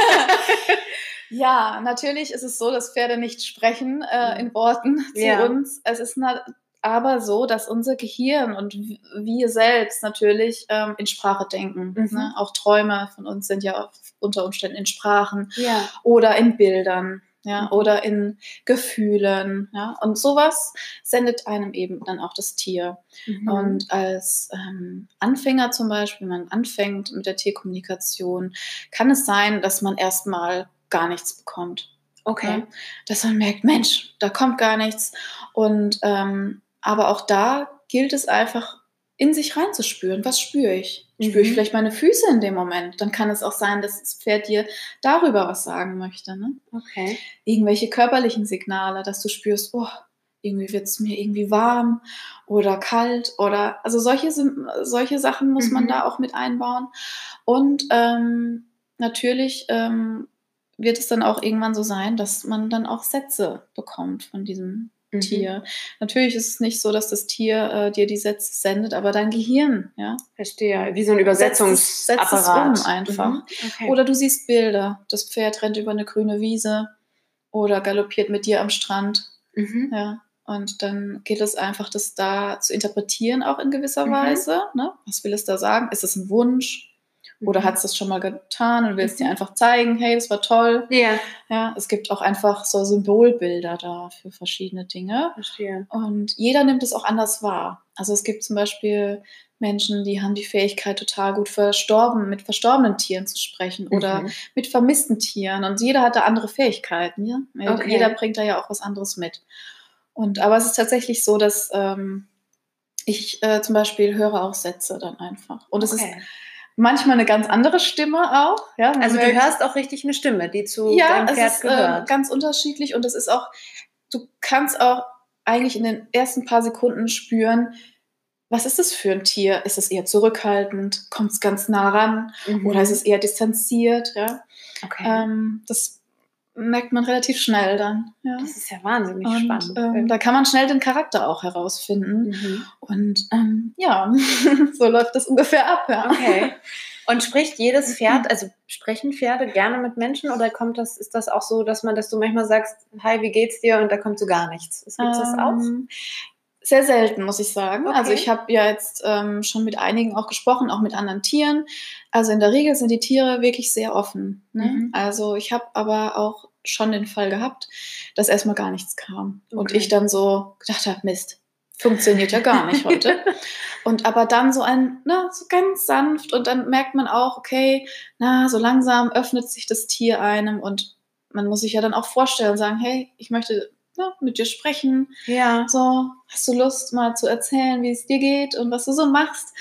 Ja, natürlich ist es so, dass Pferde nicht sprechen äh, in Worten zu Ja. uns. Es ist na- aber so, dass unser Gehirn und w- wir selbst natürlich ähm, in Sprache denken. Mhm. Ne? Auch Träume von uns sind ja unter Umständen in Sprachen Ja. oder in Bildern. Ja, Mhm. oder in Gefühlen, ja, und sowas sendet einem eben dann auch das Tier. Mhm. Und als ähm, Anfänger zum Beispiel, wenn man anfängt mit der Tierkommunikation, kann es sein, dass man erstmal gar nichts bekommt. Okay. Ja? Dass man merkt, Mensch, da kommt gar nichts. Und ähm, aber auch da gilt es einfach, in sich reinzuspüren. Was spüre ich? Spüre ich Mhm. vielleicht meine Füße in dem Moment? Dann kann es auch sein, dass das Pferd dir darüber was sagen möchte. Ne? Okay. Irgendwelche körperlichen Signale, dass du spürst, oh, irgendwie wird es mir irgendwie warm oder kalt oder also solche, solche Sachen muss man Mhm. da auch mit einbauen. Und ähm, natürlich ähm, wird es dann auch irgendwann so sein, dass man dann auch Sätze bekommt von diesem Mhm. Tier. Natürlich ist es nicht so, dass das Tier äh, dir die Sätze sendet, aber dein Gehirn, ja, Verstehe. Wie so ein setzt es, setzt es Übersetzungsapparat. um einfach. Mhm. Okay. Oder du siehst Bilder. Das Pferd rennt über eine grüne Wiese oder galoppiert mit dir am Strand. Mhm. Ja. Und dann geht es einfach, das da zu interpretieren, auch in gewisser Mhm. Weise. Ne? Was will es da sagen? Ist es ein Wunsch? Oder Mhm. hat es das schon mal getan und will es Mhm. dir einfach zeigen, hey, das war toll. Ja, Ja, es gibt auch einfach so Symbolbilder da für verschiedene Dinge. verstehe. Und jeder nimmt es auch anders wahr. Also es gibt zum Beispiel Menschen, die haben die Fähigkeit, total gut verstorben, mit verstorbenen Tieren zu sprechen oder Mhm. mit vermissten Tieren. Und jeder hat da andere Fähigkeiten. Ja? Okay. Jeder bringt da ja auch was anderes mit. Und aber es ist tatsächlich so, dass ähm, ich äh, zum Beispiel höre auch Sätze dann einfach. Und es Okay. ist manchmal eine ganz andere Stimme auch. Ja, man Also du merkt- hörst auch richtig eine Stimme, die zu ja, deinem es Pferd ist äh, gehört. ganz unterschiedlich und es ist auch, du kannst auch eigentlich in den ersten paar Sekunden spüren, was ist es für ein Tier? Ist es eher zurückhaltend? Kommt es ganz nah ran? Mhm. Oder ist es eher distanziert? Ja? Okay. Ähm, das merkt man relativ schnell dann. Ja? Das ist ja wahnsinnig Und spannend. ähm, da kann man schnell den Charakter auch herausfinden. Mhm. Und ähm, ja, so läuft das ungefähr ab. Ja. Okay. Und spricht jedes Pferd, also sprechen Pferde gerne mit Menschen oder kommt das, ist das auch so, dass man, dass du manchmal sagst, hi, wie geht's dir? Und da kommt so gar nichts. Gibt es das auch? Ähm, Sehr selten, muss ich sagen. Okay. Also ich habe ja jetzt ähm, schon mit einigen auch gesprochen, auch mit anderen Tieren. Also in der Regel sind die Tiere wirklich sehr offen. Ne? Mhm. Also ich habe aber auch schon den Fall gehabt, dass erstmal gar nichts kam. Und Okay. ich dann so gedacht habe, Mist, funktioniert ja gar nicht heute. Und aber dann so ein, na, so ganz sanft und dann merkt man auch, okay, na, so langsam öffnet sich das Tier einem und man muss sich ja dann auch vorstellen und sagen, hey, ich möchte na, mit dir sprechen. Ja. So, hast du Lust, mal zu erzählen, wie es dir geht und was du so machst?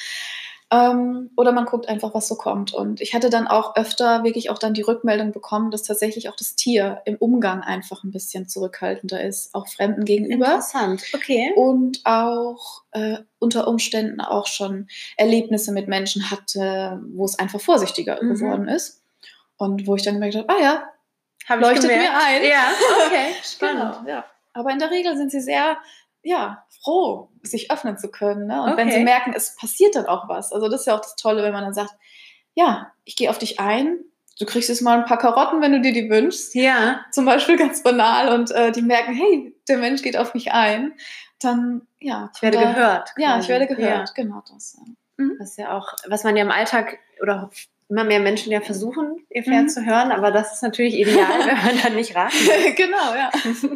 Ähm, oder man guckt einfach, was so kommt. Und ich hatte dann auch öfter wirklich auch dann die Rückmeldung bekommen, dass tatsächlich auch das Tier im Umgang einfach ein bisschen zurückhaltender ist, auch Fremden gegenüber. Interessant. Okay. Und auch äh, unter Umständen auch schon Erlebnisse mit Menschen hatte, wo es einfach vorsichtiger Mhm. geworden ist. Und wo ich dann gemerkt habe, ah ja, Hab leuchtet ich mir gemerkt. ein. Ja, okay, spannend. Genau, ja. Aber in der Regel sind sie sehr, ja, froh, sich öffnen zu können. Ne? Und wenn Okay. sie merken, es passiert dann auch was. Also das ist ja auch das Tolle, wenn man dann sagt, ja, ich gehe auf dich ein. Du kriegst jetzt mal ein paar Karotten, wenn du dir die wünschst. Ja. Zum Beispiel ganz banal. Und äh, die merken, hey, der Mensch geht auf mich ein. Dann, ja. Ich werde da, gehört. Ja, quasi. ich werde gehört. Ja. Genau das. Ja. Mhm. Das ist ja auch, was man ja im Alltag oder immer mehr Menschen ja versuchen, ihr Pferd Mhm. zu hören, aber das ist natürlich ideal, wenn man dann nicht raten muss. Genau, ja.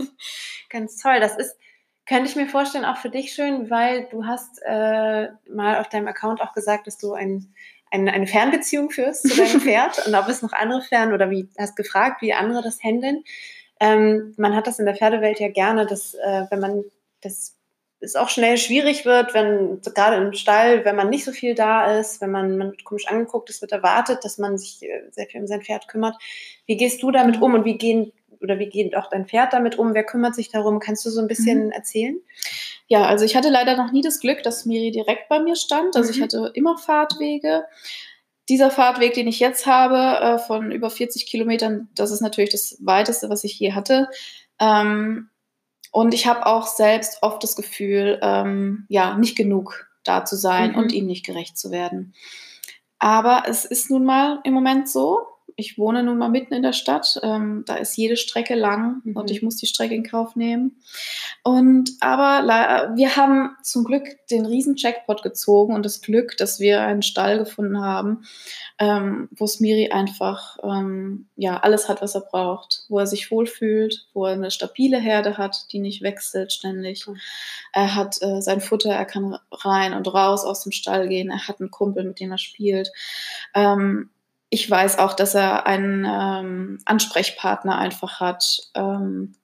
Ganz toll. Das ist, könnte ich mir vorstellen, auch für dich schön, weil du hast äh, mal auf deinem Account auch gesagt, dass du ein, ein, eine Fernbeziehung führst zu deinem Pferd und ob es noch andere Fern oder wie hast gefragt, wie andere das handeln. Ähm, man hat das in der Pferdewelt ja gerne, dass äh, wenn man das es auch schnell schwierig wird, wenn gerade im Stall, wenn man nicht so viel da ist, wenn man, man wird komisch angeguckt, es wird erwartet, dass man sich äh, sehr viel um sein Pferd kümmert. Wie gehst du damit Mhm. um und wie gehen oder wie geht auch dein Pferd damit um? Wer kümmert sich darum? Kannst du so ein bisschen Mhm. erzählen? Ja, also ich hatte leider noch nie das Glück, dass Miri direkt bei mir stand. Also Mhm. ich hatte immer Fahrtwege. Dieser Fahrtweg, den ich jetzt habe, äh, von über vierzig Kilometern, das ist natürlich das weiteste, was ich je hatte. Ähm, und ich habe auch selbst oft das Gefühl, ähm, ja, nicht genug da zu sein Mhm. und ihm nicht gerecht zu werden. Aber es ist nun mal im Moment so. Ich wohne nun mal mitten in der Stadt. Ähm, da ist jede Strecke lang Mhm. und ich muss die Strecke in Kauf nehmen. Und aber la- wir haben zum Glück den riesen Jackpot gezogen und das Glück, dass wir einen Stall gefunden haben, ähm, wo Smiri einfach ähm, ja alles hat, was er braucht, wo er sich wohlfühlt, wo er eine stabile Herde hat, die nicht wechselt ständig. Mhm. Er hat äh, sein Futter, er kann rein und raus aus dem Stall gehen, er hat einen Kumpel, mit dem er spielt. Ähm, ich weiß auch, dass er einen ähm, Ansprechpartner einfach hat ähm,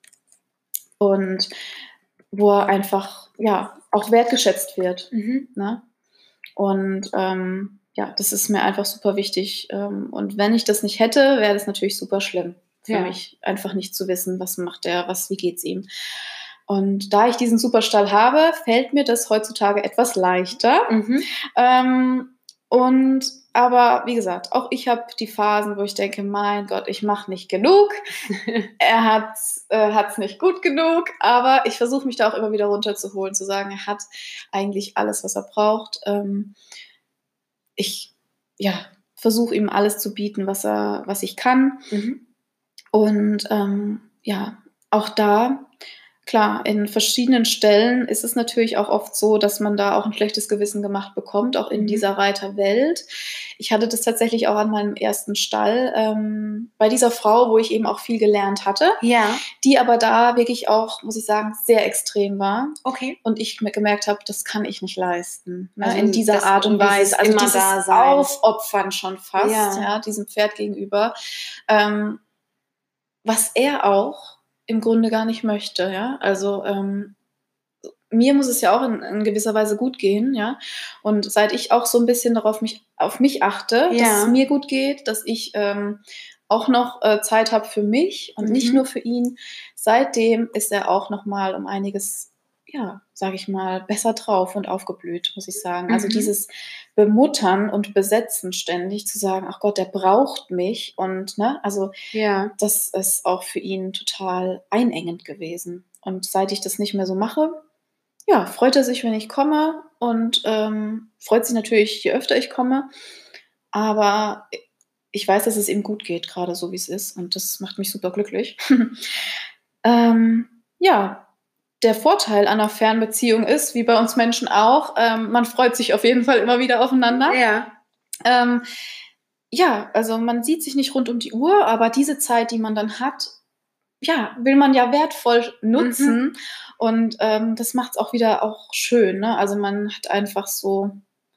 und wo er einfach ja auch wertgeschätzt wird. Mhm. Ne? Und ähm, ja, das ist mir einfach super wichtig. Ähm, und wenn ich das nicht hätte, wäre das natürlich super schlimm für Ja. mich, einfach nicht zu wissen, was macht er, was, wie geht's ihm. Und da ich diesen Superstall habe, fällt mir das heutzutage etwas leichter. Mhm. Ähm, und aber wie gesagt, auch ich habe die Phasen, wo ich denke, mein Gott, ich mache nicht genug. Er hat es äh, nicht gut genug, aber ich versuche mich da auch immer wieder runterzuholen, zu sagen, er hat eigentlich alles, was er braucht. Ähm, ich ja, versuche ihm alles zu bieten, was er, was ich kann. Mhm. Und ähm, ja, auch da, klar, in verschiedenen Stellen ist es natürlich auch oft so, dass man da auch ein schlechtes Gewissen gemacht bekommt, auch in Mhm. dieser Reiterwelt. Ich hatte das tatsächlich auch an meinem ersten Stall ähm, bei dieser Frau, wo ich eben auch viel gelernt hatte, Ja, die aber da wirklich auch, muss ich sagen, sehr extrem war. okay. Und ich mir gemerkt habe, das kann ich nicht leisten. Ne? Also in dieser das- Art und und dieses Weise. Also immer dieses da sein. Aufopfern schon fast, Ja. ja, diesem Pferd gegenüber. Ähm, was er auch im Grunde gar nicht möchte, ja. Also ähm, mir muss es ja auch in, in gewisser Weise gut gehen, ja. Und seit ich auch so ein bisschen darauf mich, auf mich achte, Ja. dass es mir gut geht, dass ich ähm, auch noch äh, Zeit habe für mich und Mhm. nicht nur für ihn, seitdem ist er auch noch mal um einiges, ja, sage ich mal, besser drauf und aufgeblüht, muss ich sagen. Also Mhm. dieses Bemuttern und Besetzen ständig, zu sagen, ach Gott, der braucht mich und, ne, also Ja. das ist auch für ihn total einengend gewesen. Und seit ich das nicht mehr so mache, ja, freut er sich, wenn ich komme und ähm, freut sich natürlich, je öfter ich komme. Aber ich weiß, dass es ihm gut geht, gerade so wie es ist. Und das macht mich super glücklich. ähm, ja, der Vorteil einer Fernbeziehung ist, wie bei uns Menschen auch, ähm, man freut sich auf jeden Fall immer wieder aufeinander. Ja. Ähm, ja, also man sieht sich nicht rund um die Uhr, aber diese Zeit, die man dann hat, ja, will man ja wertvoll nutzen. Mhm. Und ähm, das macht es auch wieder auch schön. Ne? Also man hat einfach so,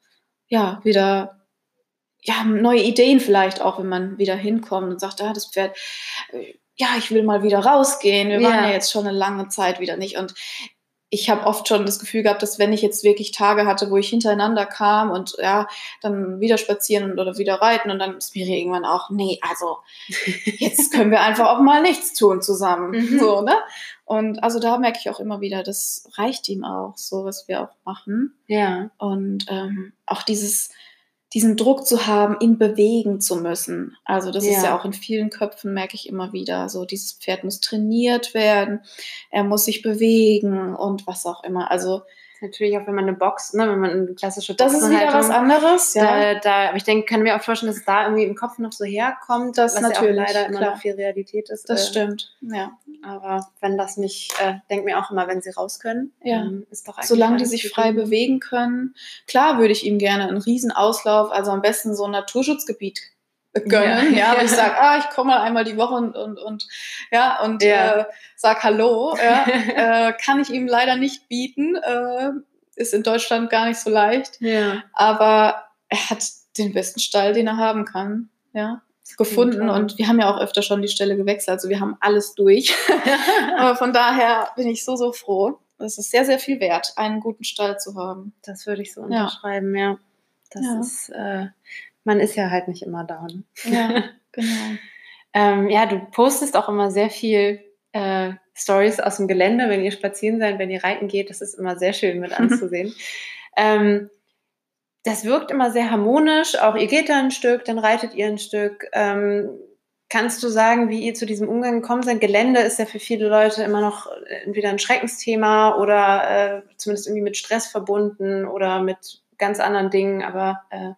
ja, wieder ja, neue Ideen vielleicht auch, wenn man wieder hinkommt und sagt, ah, das Pferd, äh, ja, ich will mal wieder rausgehen. Wir waren Ja. ja jetzt schon eine lange Zeit wieder nicht. Und ich habe oft schon das Gefühl gehabt, dass wenn ich jetzt wirklich Tage hatte, wo ich hintereinander kam und ja, dann wieder spazieren oder wieder reiten und dann ist mir irgendwann auch, nee, also jetzt können wir einfach auch mal nichts tun zusammen. Mhm. So, ne? Und also da merke ich auch immer wieder, das reicht ihm auch, so was wir auch machen. Ja. Und ähm, auch dieses, diesen Druck zu haben, ihn bewegen zu müssen. Also das Ja. ist ja auch in vielen Köpfen, merke ich immer wieder, so dieses Pferd muss trainiert werden, er muss sich bewegen und was auch immer. Also Natürlich auch, wenn man eine Box, ne, wenn man eine klassische das ist wieder was anderes, ja. Da, da, aber ich denke, kann mir auch vorstellen, dass es da irgendwie im Kopf noch so herkommt, Das was natürlich, ja auch leider immer klar. noch viel Realität ist. Das äh, stimmt, ja. Aber wenn das nicht, äh, denke mir auch immer, wenn sie raus können, Ja. ähm, ist doch eigentlich Solange die alles sich gegeben. frei bewegen können. Klar würde ich ihm gerne einen riesen Auslauf, also am besten so ein Naturschutzgebiet gönnen, ja, Ja. wo ich sage, ah, ich komme mal einmal die Woche und, und, und ja, und Ja. äh, sag Hallo, ja, äh, kann ich ihm leider nicht bieten, äh, ist in Deutschland gar nicht so leicht, Ja. aber er hat den besten Stall, den er haben kann, ja, gefunden toll. und wir haben ja auch öfter schon die Stelle gewechselt, also wir haben alles durch. Aber von daher bin ich so, so froh. Es ist sehr, sehr viel wert, einen guten Stall zu haben. Das würde ich so Ja. unterschreiben, ja. Das Ja. ist, äh, man ist ja halt nicht immer da. Ne? Ja, genau. ähm, ja, du postest auch immer sehr viel äh, Stories aus dem Gelände, wenn ihr spazieren seid, wenn ihr reiten geht. Das ist immer sehr schön mit anzusehen. ähm, das wirkt immer sehr harmonisch. Auch ihr geht da ein Stück, dann reitet ihr ein Stück. Ähm, kannst du sagen, wie ihr zu diesem Umgang gekommen seid? Gelände ist ja für viele Leute immer noch entweder ein Schreckensthema oder äh, zumindest irgendwie mit Stress verbunden oder mit ganz anderen Dingen. Aber äh,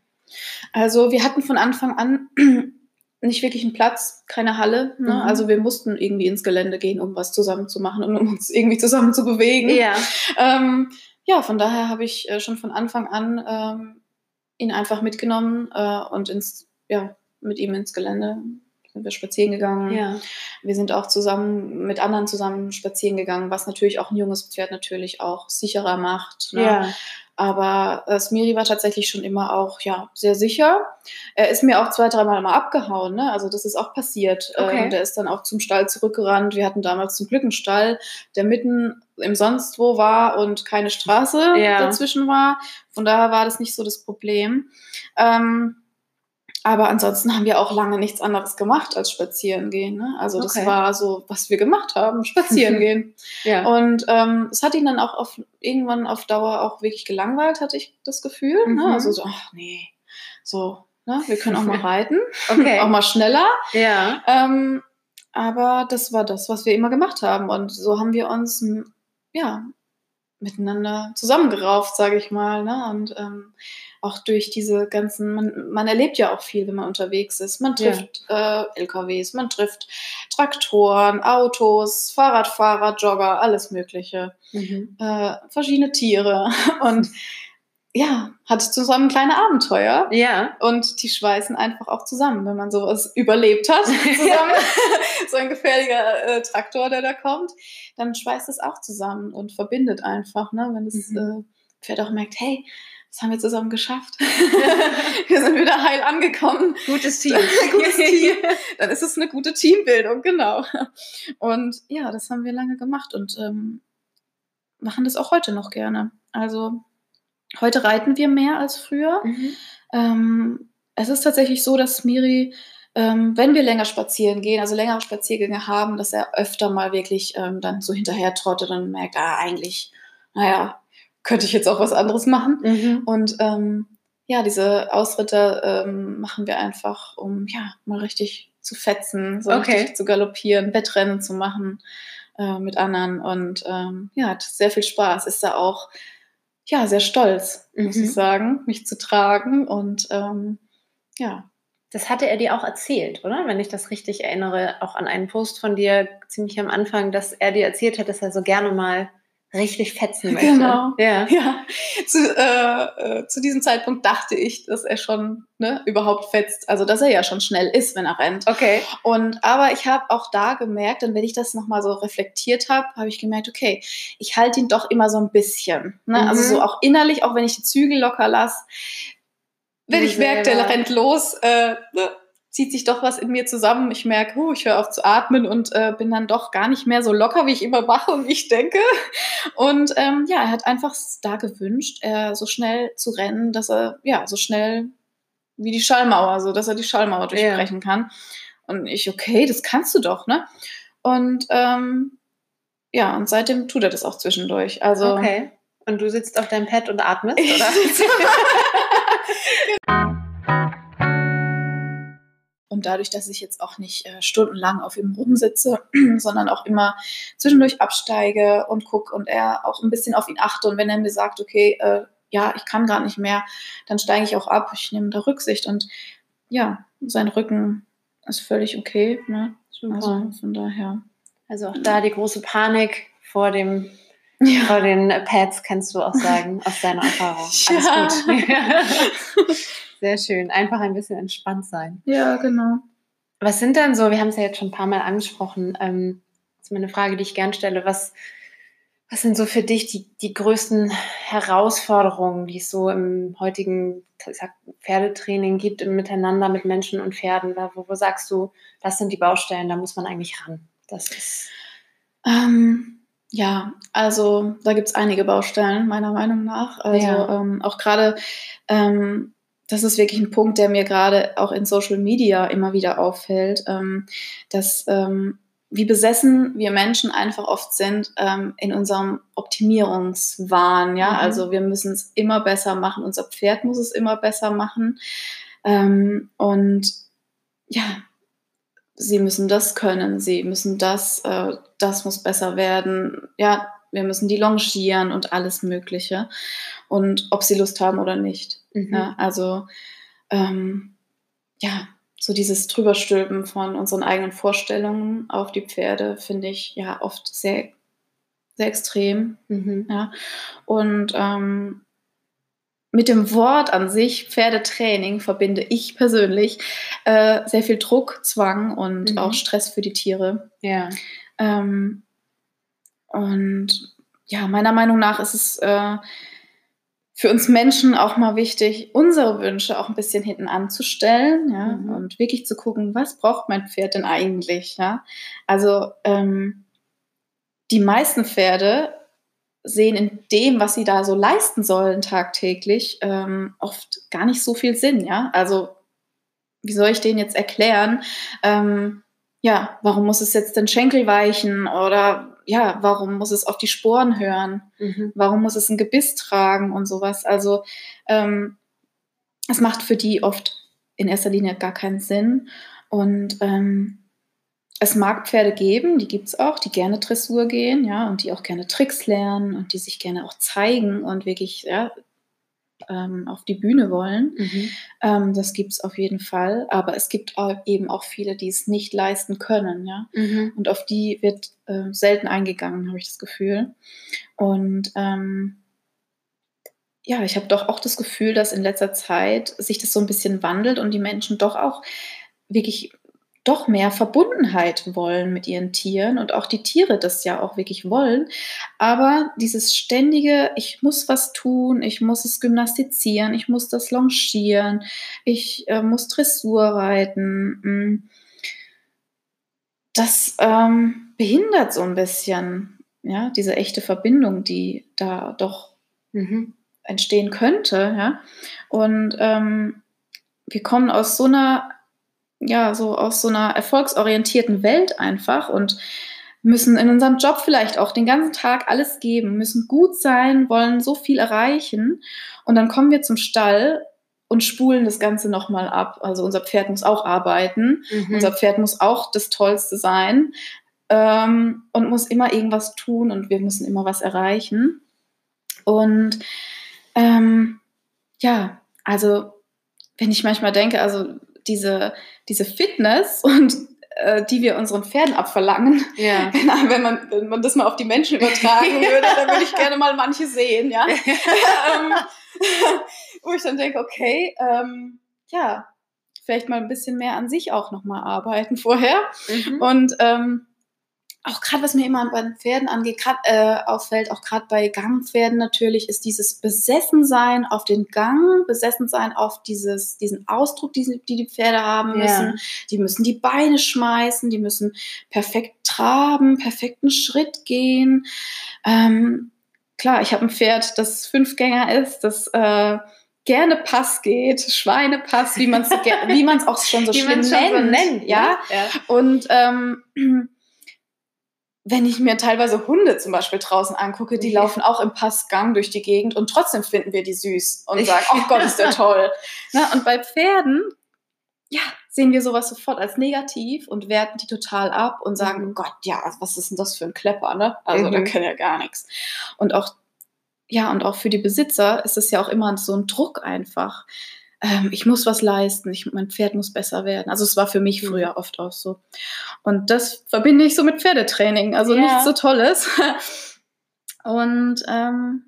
Also wir hatten von Anfang an nicht wirklich einen Platz, keine Halle. Ne? Mhm. Also wir mussten irgendwie ins Gelände gehen, um was zusammen zu machen und um uns irgendwie zusammen zu bewegen. ja, Ähm, ja, von daher habe ich äh, schon von Anfang an ähm, ihn einfach mitgenommen äh, und ins, ja, mit ihm ins Gelände sind wir spazieren gegangen. ja, Wir sind auch zusammen mit anderen zusammen spazieren gegangen, was natürlich auch ein junges Pferd natürlich auch sicherer macht. Ne? ja, Aber äh, Smiri war tatsächlich schon immer auch ja sehr sicher. Er ist mir auch zwei, dreimal mal abgehauen. Ne? Also das ist auch passiert. Okay. Ähm, der ist dann auch zum Stall zurückgerannt. Wir hatten damals zum Glück einen Stall, der mitten im Sonstwo war und keine Straße Ja. dazwischen war. Von daher war das nicht so das Problem. Ähm, aber ansonsten haben wir auch lange nichts anderes gemacht als spazieren gehen. Ne? Also das Okay. war so, was wir gemacht haben, spazieren gehen. ja. Und ähm, es hat ihn dann auch auf, irgendwann auf Dauer auch wirklich gelangweilt, hatte ich das Gefühl. Mhm. Ne? Also so, ach nee, so, ne? Wir können auch mal reiten, Okay. auch mal schneller. Ja. Ähm, aber das war das, was wir immer gemacht haben. Und so haben wir uns, m, ja, miteinander zusammengerauft, sage ich mal. Ne? Und ähm, auch durch diese ganzen, man, man erlebt ja auch viel, wenn man unterwegs ist. Man trifft äh, L K Ws, man trifft Traktoren, Autos, Fahrradfahrer, Jogger, alles Mögliche. Mhm. Äh, verschiedene Tiere. Und ja, hat zusammen kleine Abenteuer. Ja. Und die schweißen einfach auch zusammen, wenn man sowas überlebt hat. Zusammen. So ein gefährlicher äh, Traktor, der da kommt. Dann schweißt es auch zusammen und verbindet einfach, ne? Wenn das Mhm. äh, Pferd auch merkt, hey, das haben wir zusammen geschafft. Wir sind wieder heil angekommen. Gutes Team. Gutes Team. Dann ist es eine gute Teambildung, genau. Und ja, das haben wir lange gemacht. Und ähm, machen das auch heute noch gerne. Also heute reiten wir mehr als früher. Mhm. Ähm, es ist tatsächlich so, dass Miri, ähm, wenn wir länger spazieren gehen, also längere Spaziergänge haben, dass er öfter mal wirklich ähm, dann so hinterher trottet und merkt, ah, eigentlich, naja, könnte ich jetzt auch was anderes machen. Mhm. Und ähm, ja, diese Ausritte ähm, machen wir einfach, um ja mal richtig zu fetzen, so Okay. richtig zu galoppieren, Wettrennen zu machen äh, mit anderen. Und ähm, ja, hat sehr viel Spaß. Ist da auch ja sehr stolz, muss Mhm. ich sagen, mich zu tragen. Und ähm, ja. Das hatte er dir auch erzählt, oder? Wenn ich das richtig erinnere, auch an einen Post von dir ziemlich am Anfang, dass er dir erzählt hat, dass er so gerne mal richtig fetzen möchte. Genau. Ja. Ja. Zu, äh, äh, zu diesem Zeitpunkt dachte ich, dass er schon ne, überhaupt fetzt. Also, dass er ja schon schnell ist, wenn er rennt. Okay. Und, aber ich habe auch da gemerkt, und wenn ich das nochmal so reflektiert habe, habe ich gemerkt, okay, ich halte ihn doch immer so ein bisschen. Ne? Mhm. Also so auch innerlich, auch wenn ich die Zügel locker lasse, wenn Du ich merke, der selber. rennt los, äh, ne, zieht sich doch was in mir zusammen. Ich merke, uh, ich höre auf zu atmen und äh, bin dann doch gar nicht mehr so locker, wie ich immer mache und ich denke. Und ähm, ja, er hat einfach da gewünscht, äh, so schnell zu rennen, dass er, ja, so schnell wie die Schallmauer, so dass er die Schallmauer durchbrechen kann. Und ich, okay, das kannst du doch, ne? Und ähm, ja, und seitdem tut er das auch zwischendurch. Also, Okay. Und du sitzt auf deinem Pad und atmest, ich oder? sitze- Und dadurch, dass ich jetzt auch nicht äh, stundenlang auf ihm rumsitze, sondern auch immer zwischendurch absteige und gucke und er auch ein bisschen auf ihn achte. Und wenn er mir sagt, okay, äh, ja, ich kann gerade nicht mehr, dann steige ich auch ab. Ich nehme da Rücksicht. Und ja, sein Rücken ist völlig okay. Ne? Super. Also von daher. Also auch da die große Panik vor dem Ja. vor den Pads, kannst du auch sagen, aus deiner Erfahrung. Alles Ja. gut. Sehr schön. Einfach ein bisschen entspannt sein. Ja, genau. Was sind denn so, wir haben es ja jetzt schon ein paar Mal angesprochen, ähm, das ist mal eine Frage, die ich gern stelle, was, was sind so für dich die, die größten Herausforderungen, die es so im heutigen ich sag, Pferdetraining gibt, im Miteinander mit Menschen und Pferden? Wo, wo sagst du, das sind die Baustellen, da muss man eigentlich ran? Das ist... Ähm, ja, also da gibt es einige Baustellen, meiner Meinung nach. Also Ja. ähm, auch gerade, ähm, das ist wirklich ein Punkt, der mir gerade auch in Social Media immer wieder auffällt, ähm, dass ähm, wie besessen wir Menschen einfach oft sind ähm, in unserem Optimierungswahn. Ja, Mhm. also wir müssen es immer besser machen, unser Pferd muss es immer besser machen. Ähm, und ja, sie müssen das können, sie müssen das, äh, das muss besser werden. Ja, wir müssen die longieren und alles Mögliche. Und ob sie Lust haben oder nicht. Mhm. Ja, also, ähm, ja, so dieses Drüberstülpen von unseren eigenen Vorstellungen auf die Pferde finde ich ja oft sehr, sehr extrem. Mhm. Ja. Und ähm, mit dem Wort an sich, Pferdetraining, verbinde ich persönlich äh, sehr viel Druck, Zwang und Mhm. auch Stress für die Tiere. Ja. Ähm, und ja, meiner Meinung nach ist es äh, für uns Menschen auch mal wichtig, unsere Wünsche auch ein bisschen hinten anzustellen, ja, Mhm. und wirklich zu gucken, was braucht mein Pferd denn eigentlich, ja? Also ähm, die meisten Pferde sehen in dem, was sie da so leisten sollen tagtäglich, ähm, oft gar nicht so viel Sinn, ja. Also wie soll ich denen jetzt erklären, ähm, ja, warum muss es jetzt den Schenkel weichen oder ja, warum muss es auf die Sporen hören? Mhm. Warum muss es ein Gebiss tragen und sowas? Also ähm, es macht für die oft in erster Linie gar keinen Sinn. Und ähm, es mag Pferde geben, die gibt es auch, die gerne Dressur gehen, ja, und die auch gerne Tricks lernen und die sich gerne auch zeigen und wirklich ja, ähm, auf die Bühne wollen. Mhm. Ähm, das gibt es auf jeden Fall. Aber es gibt auch eben auch viele, die es nicht leisten können, ja. Mhm. Und auf die wird äh, selten eingegangen, habe ich das Gefühl. Und ähm, ja, ich habe doch auch das Gefühl, dass in letzter Zeit sich das so ein bisschen wandelt und die Menschen doch auch wirklich doch mehr Verbundenheit wollen mit ihren Tieren und auch die Tiere das ja auch wirklich wollen. Aber dieses ständige, ich muss was tun, ich muss es gymnastizieren, ich muss das longieren, ich äh, muss Dressur reiten, mh, das ähm, behindert so ein bisschen. ja, diese echte Verbindung, die da doch Mhm. entstehen könnte, ja. Und ähm, wir kommen aus so einer, ja, so aus so einer erfolgsorientierten Welt einfach und müssen in unserem Job vielleicht auch den ganzen Tag alles geben, müssen gut sein, wollen so viel erreichen. Und dann kommen wir zum Stall und spulen das Ganze nochmal ab. Also unser Pferd muss auch arbeiten, Mhm. unser Pferd muss auch das Tollste sein ähm, und muss immer irgendwas tun und wir müssen immer was erreichen. Und ähm, ja, also wenn ich manchmal denke, also diese, diese Fitness und äh, die wir unseren Pferden abverlangen, Ja. wenn, wenn, man, wenn man das mal auf die Menschen übertragen würde, dann würde ich gerne mal manche sehen, ja. ähm, wo ich dann denke, okay, ähm, ja, vielleicht mal ein bisschen mehr an sich auch nochmal arbeiten vorher. Mhm. Und ähm, auch gerade, was mir immer bei den Pferden angeht, gerade äh, auffällt, auch gerade bei Gangpferden natürlich, ist dieses Besessensein auf den Gang, Besessensein auf dieses, diesen Ausdruck, die die, die Pferde haben müssen. Ja. Die müssen die Beine schmeißen, die müssen perfekt traben, perfekten Schritt gehen. Ähm, klar, ich habe ein Pferd, das Fünfgänger ist, das äh, gerne Pass geht, Schweinepass, wie man es wie man es auch schon so Wie schön man's schon so nennt, nennt, ja. ne? Ja. Und ähm, wenn ich mir teilweise Hunde zum Beispiel draußen angucke, die Ja. laufen auch im Passgang durch die Gegend und trotzdem finden wir die süß und sagen, oh Gott, ist der toll. Ne? Und bei Pferden, ja, sehen wir sowas sofort als negativ und werten die total ab und sagen, Mhm. oh Gott, ja, was ist denn das für ein Klepper, ne? Also Mhm. der kann ja gar nichts. Und auch, ja, und auch für die Besitzer ist es ja auch immer so ein Druck einfach. Ähm, ich muss was leisten, ich, mein Pferd muss besser werden. Also es war für mich Mhm. früher oft auch so. Und das verbinde ich so mit Pferdetraining, also Ja. nichts so Tolles. Und ähm,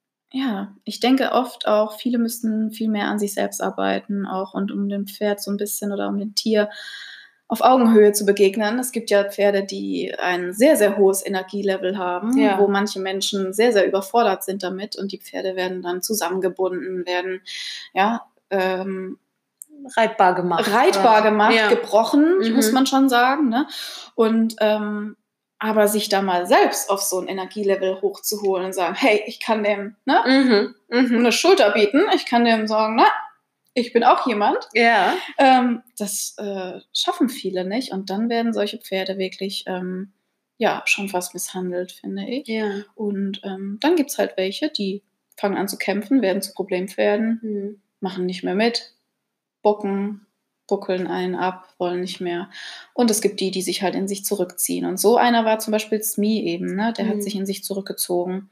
ja, ich denke oft auch, viele müssten viel mehr an sich selbst arbeiten, auch und um dem Pferd so ein bisschen oder um dem Tier auf Augenhöhe zu begegnen. Es gibt ja Pferde, die ein sehr, sehr hohes Energielevel haben, Ja. wo manche Menschen sehr, sehr überfordert sind damit und die Pferde werden dann zusammengebunden, werden, ja, ähm, Reitbar gemacht. reitbar oder? gemacht, Ja. gebrochen, Mhm. muss man schon sagen. Ne? Und ähm, aber sich da mal selbst auf so ein Energielevel hochzuholen und sagen, hey, ich kann dem ne, Mhm. Mhm. eine Schulter bieten, ich kann dem sagen, na, ich bin auch jemand. Ja. Ähm, das äh, schaffen viele nicht. Und dann werden solche Pferde wirklich ähm, ja, schon fast misshandelt, finde ich. Ja. Und ähm, dann gibt es halt welche, die fangen an zu kämpfen, werden zu Problempferden, Mhm. machen nicht mehr mit, bucken, buckeln einen ab, wollen nicht mehr. Und es gibt die, die sich halt in sich zurückziehen. Und so einer war zum Beispiel Smee eben, ne? Der Mhm. hat sich in sich zurückgezogen.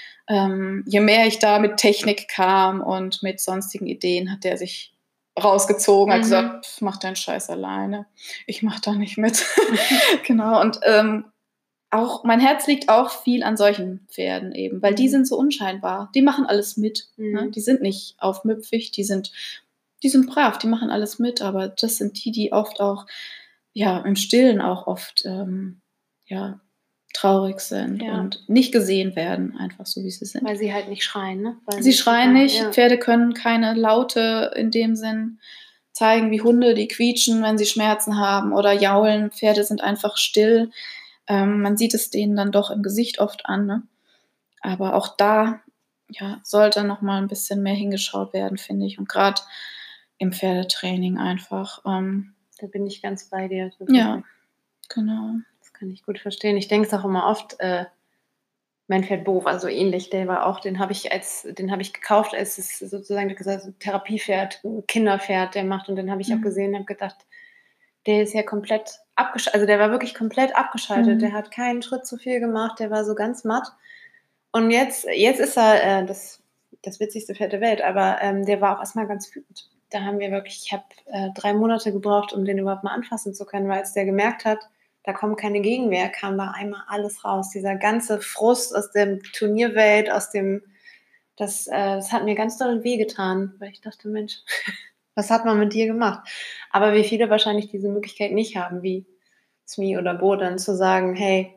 Ähm, je mehr ich da mit Technik kam und mit sonstigen Ideen, hat der sich rausgezogen, hat Mhm. gesagt, pff, mach deinen Scheiß alleine. Ich mach da nicht mit. Genau. Und ähm, auch mein Herz liegt auch viel an solchen Pferden eben, weil die Mhm. sind so unscheinbar. Die machen alles mit. Ne? Mhm. Die sind nicht aufmüpfig, die sind, die sind brav, die machen alles mit, aber das sind die, die oft auch, ja, im Stillen auch oft, ähm, ja, traurig sind Ja. und nicht gesehen werden, einfach so, wie sie sind. Weil sie halt nicht schreien, ne? Weil Sie schreien nicht, Ja. Pferde können keine Laute in dem Sinn zeigen wie Hunde, die quietschen, wenn sie Schmerzen haben oder jaulen. Pferde sind einfach still. Ähm, man sieht es denen dann doch im Gesicht oft an. Ne? Aber auch da ja, sollte noch mal ein bisschen mehr hingeschaut werden, finde ich. Und gerade im Pferdetraining einfach. Ähm, Da bin ich ganz bei dir. ja, genau. Das kann ich gut verstehen. Ich denke es auch immer oft, äh, mein Pferd Bo war so ähnlich. Der war auch, den habe ich als, den habe ich gekauft, als es sozusagen gesagt, so ein Therapiepferd, ein Kinderpferd, der macht. Und den habe ich Mhm. auch gesehen und habe gedacht, der ist ja komplett abgeschaltet. Also der war wirklich komplett abgeschaltet. Mhm. Der hat keinen Schritt zu viel gemacht. Der war so ganz matt. Und jetzt, jetzt ist er äh, das, das witzigste Pferd der Welt. Aber ähm, der war auch erstmal ganz wütend. Da haben wir wirklich, ich habe äh, drei Monate gebraucht, um den überhaupt mal anfassen zu können, weil als der gemerkt hat, da kommt keine Gegenwehr, kam da einmal alles raus. Dieser ganze Frust aus der Turnierwelt, aus dem, das, äh, das hat mir ganz doll wehgetan, weil ich dachte, Mensch, was hat man mit dir gemacht? Aber wie viele wahrscheinlich diese Möglichkeit nicht haben, wie Smee oder Bo, dann zu sagen, hey,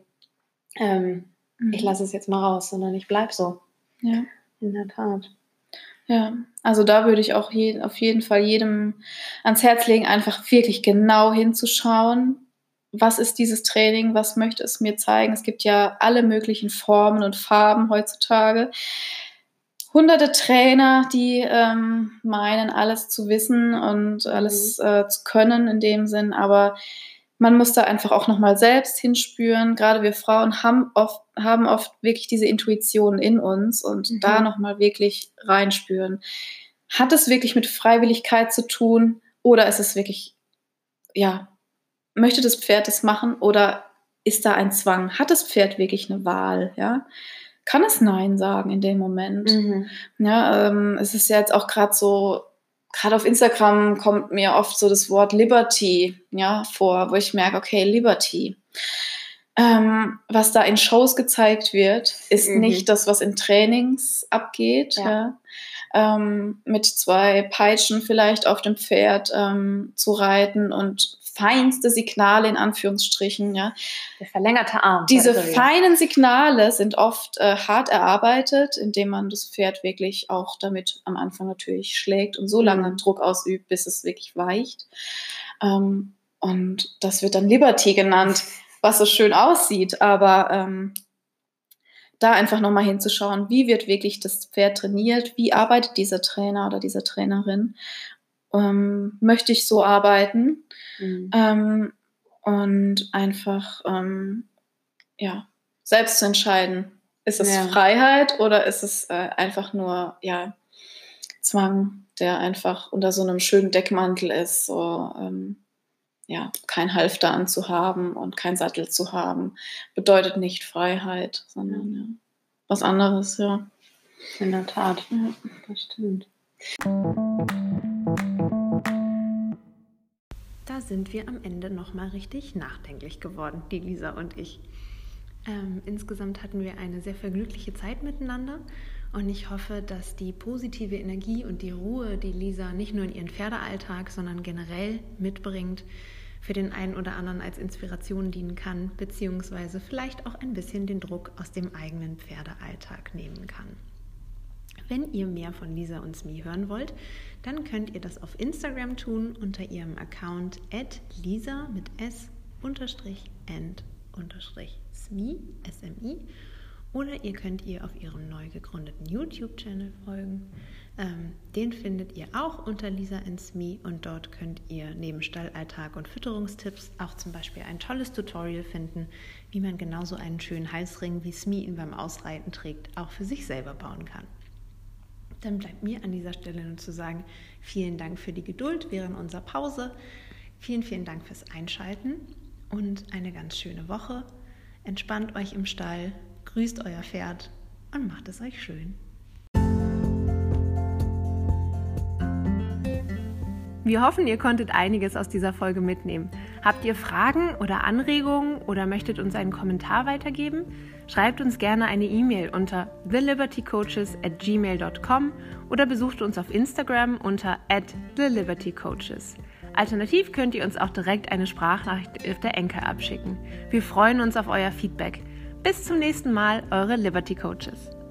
ähm, Mhm. ich lasse es jetzt mal raus, sondern ich bleib so. Ja. In der Tat. Ja, also da würde ich auch je, auf jeden Fall jedem ans Herz legen, einfach wirklich genau hinzuschauen, was ist dieses Training, was möchte es mir zeigen. Es gibt ja alle möglichen Formen und Farben heutzutage. Hunderte Trainer, die ähm, meinen, alles zu wissen und alles äh, zu können in dem Sinn, aber man muss da einfach auch nochmal selbst hinspüren. Gerade wir Frauen haben oft, haben oft wirklich diese Intuition in uns und mhm. da nochmal wirklich reinspüren. Hat es wirklich mit Freiwilligkeit zu tun oder ist es wirklich, ja, möchte das Pferd das machen oder ist da ein Zwang? Hat das Pferd wirklich eine Wahl? Ja? Kann es Nein sagen in dem Moment? Mhm. Ja, ähm, es ist ja jetzt auch gerade so, gerade auf Instagram kommt mir oft so das Wort Liberty ja, vor, wo ich merke, okay, Liberty. Ähm, was da in Shows gezeigt wird, ist mhm. nicht das, was in Trainings abgeht. Ja. Ja. Ähm, mit zwei Peitschen vielleicht auf dem Pferd ähm, zu reiten und feinste Signale in Anführungsstrichen. Ja. Der verlängerte Arm. Diese also, feinen Signale sind oft äh, hart erarbeitet, indem man das Pferd wirklich auch damit am Anfang natürlich schlägt und so lange mhm. Druck ausübt, bis es wirklich weicht. Ähm, und das wird dann Liberty genannt, was so schön aussieht, aber ähm, da einfach nochmal hinzuschauen, wie wird wirklich das Pferd trainiert, wie arbeitet dieser Trainer oder diese Trainerin. Ähm, möchte ich so arbeiten mhm. ähm, und einfach ähm, ja, selbst zu entscheiden, ist es ja. Freiheit oder ist es äh, einfach nur ja, Zwang, der einfach unter so einem schönen Deckmantel ist, so ähm, ja, kein Halfter anzuhaben und kein Sattel zu haben, bedeutet nicht Freiheit, sondern ja, was anderes, ja. In der Tat, ja, das stimmt. Da sind wir am Ende nochmal richtig nachdenklich geworden, die Lisa und ich. Ähm, insgesamt hatten wir eine sehr vergnügliche Zeit miteinander und ich hoffe, dass die positive Energie und die Ruhe, die Lisa nicht nur in ihren Pferdealltag, sondern generell mitbringt, für den einen oder anderen als Inspiration dienen kann, beziehungsweise vielleicht auch ein bisschen den Druck aus dem eigenen Pferdealltag nehmen kann. Wenn ihr mehr von Lisa und Smee hören wollt, dann könnt ihr das auf Instagram tun unter ihrem Account at lisa mit s unterstrich and unterstrich smee, S M I, oder ihr könnt ihr auf ihrem neu gegründeten YouTube-Channel folgen. Ähm, den findet ihr auch unter Lisa and Smee und dort könnt ihr neben Stallalltag und Fütterungstipps auch zum Beispiel ein tolles Tutorial finden, wie man genauso einen schönen Halsring, wie Smee ihn beim Ausreiten trägt, auch für sich selber bauen kann. Dann bleibt mir an dieser Stelle nur zu sagen, vielen Dank für die Geduld während unserer Pause, vielen, vielen Dank fürs Einschalten und eine ganz schöne Woche. Entspannt euch im Stall, grüßt euer Pferd und macht es euch schön. Wir hoffen, ihr konntet einiges aus dieser Folge mitnehmen. Habt ihr Fragen oder Anregungen oder möchtet uns einen Kommentar weitergeben? Schreibt uns gerne eine E-Mail unter the liberty coaches at gmail dot com oder besucht uns auf Instagram unter at the liberty coaches. Alternativ könnt ihr uns auch direkt eine Sprachnachricht auf der Anchor abschicken. Wir freuen uns auf euer Feedback. Bis zum nächsten Mal, eure Liberty Coaches.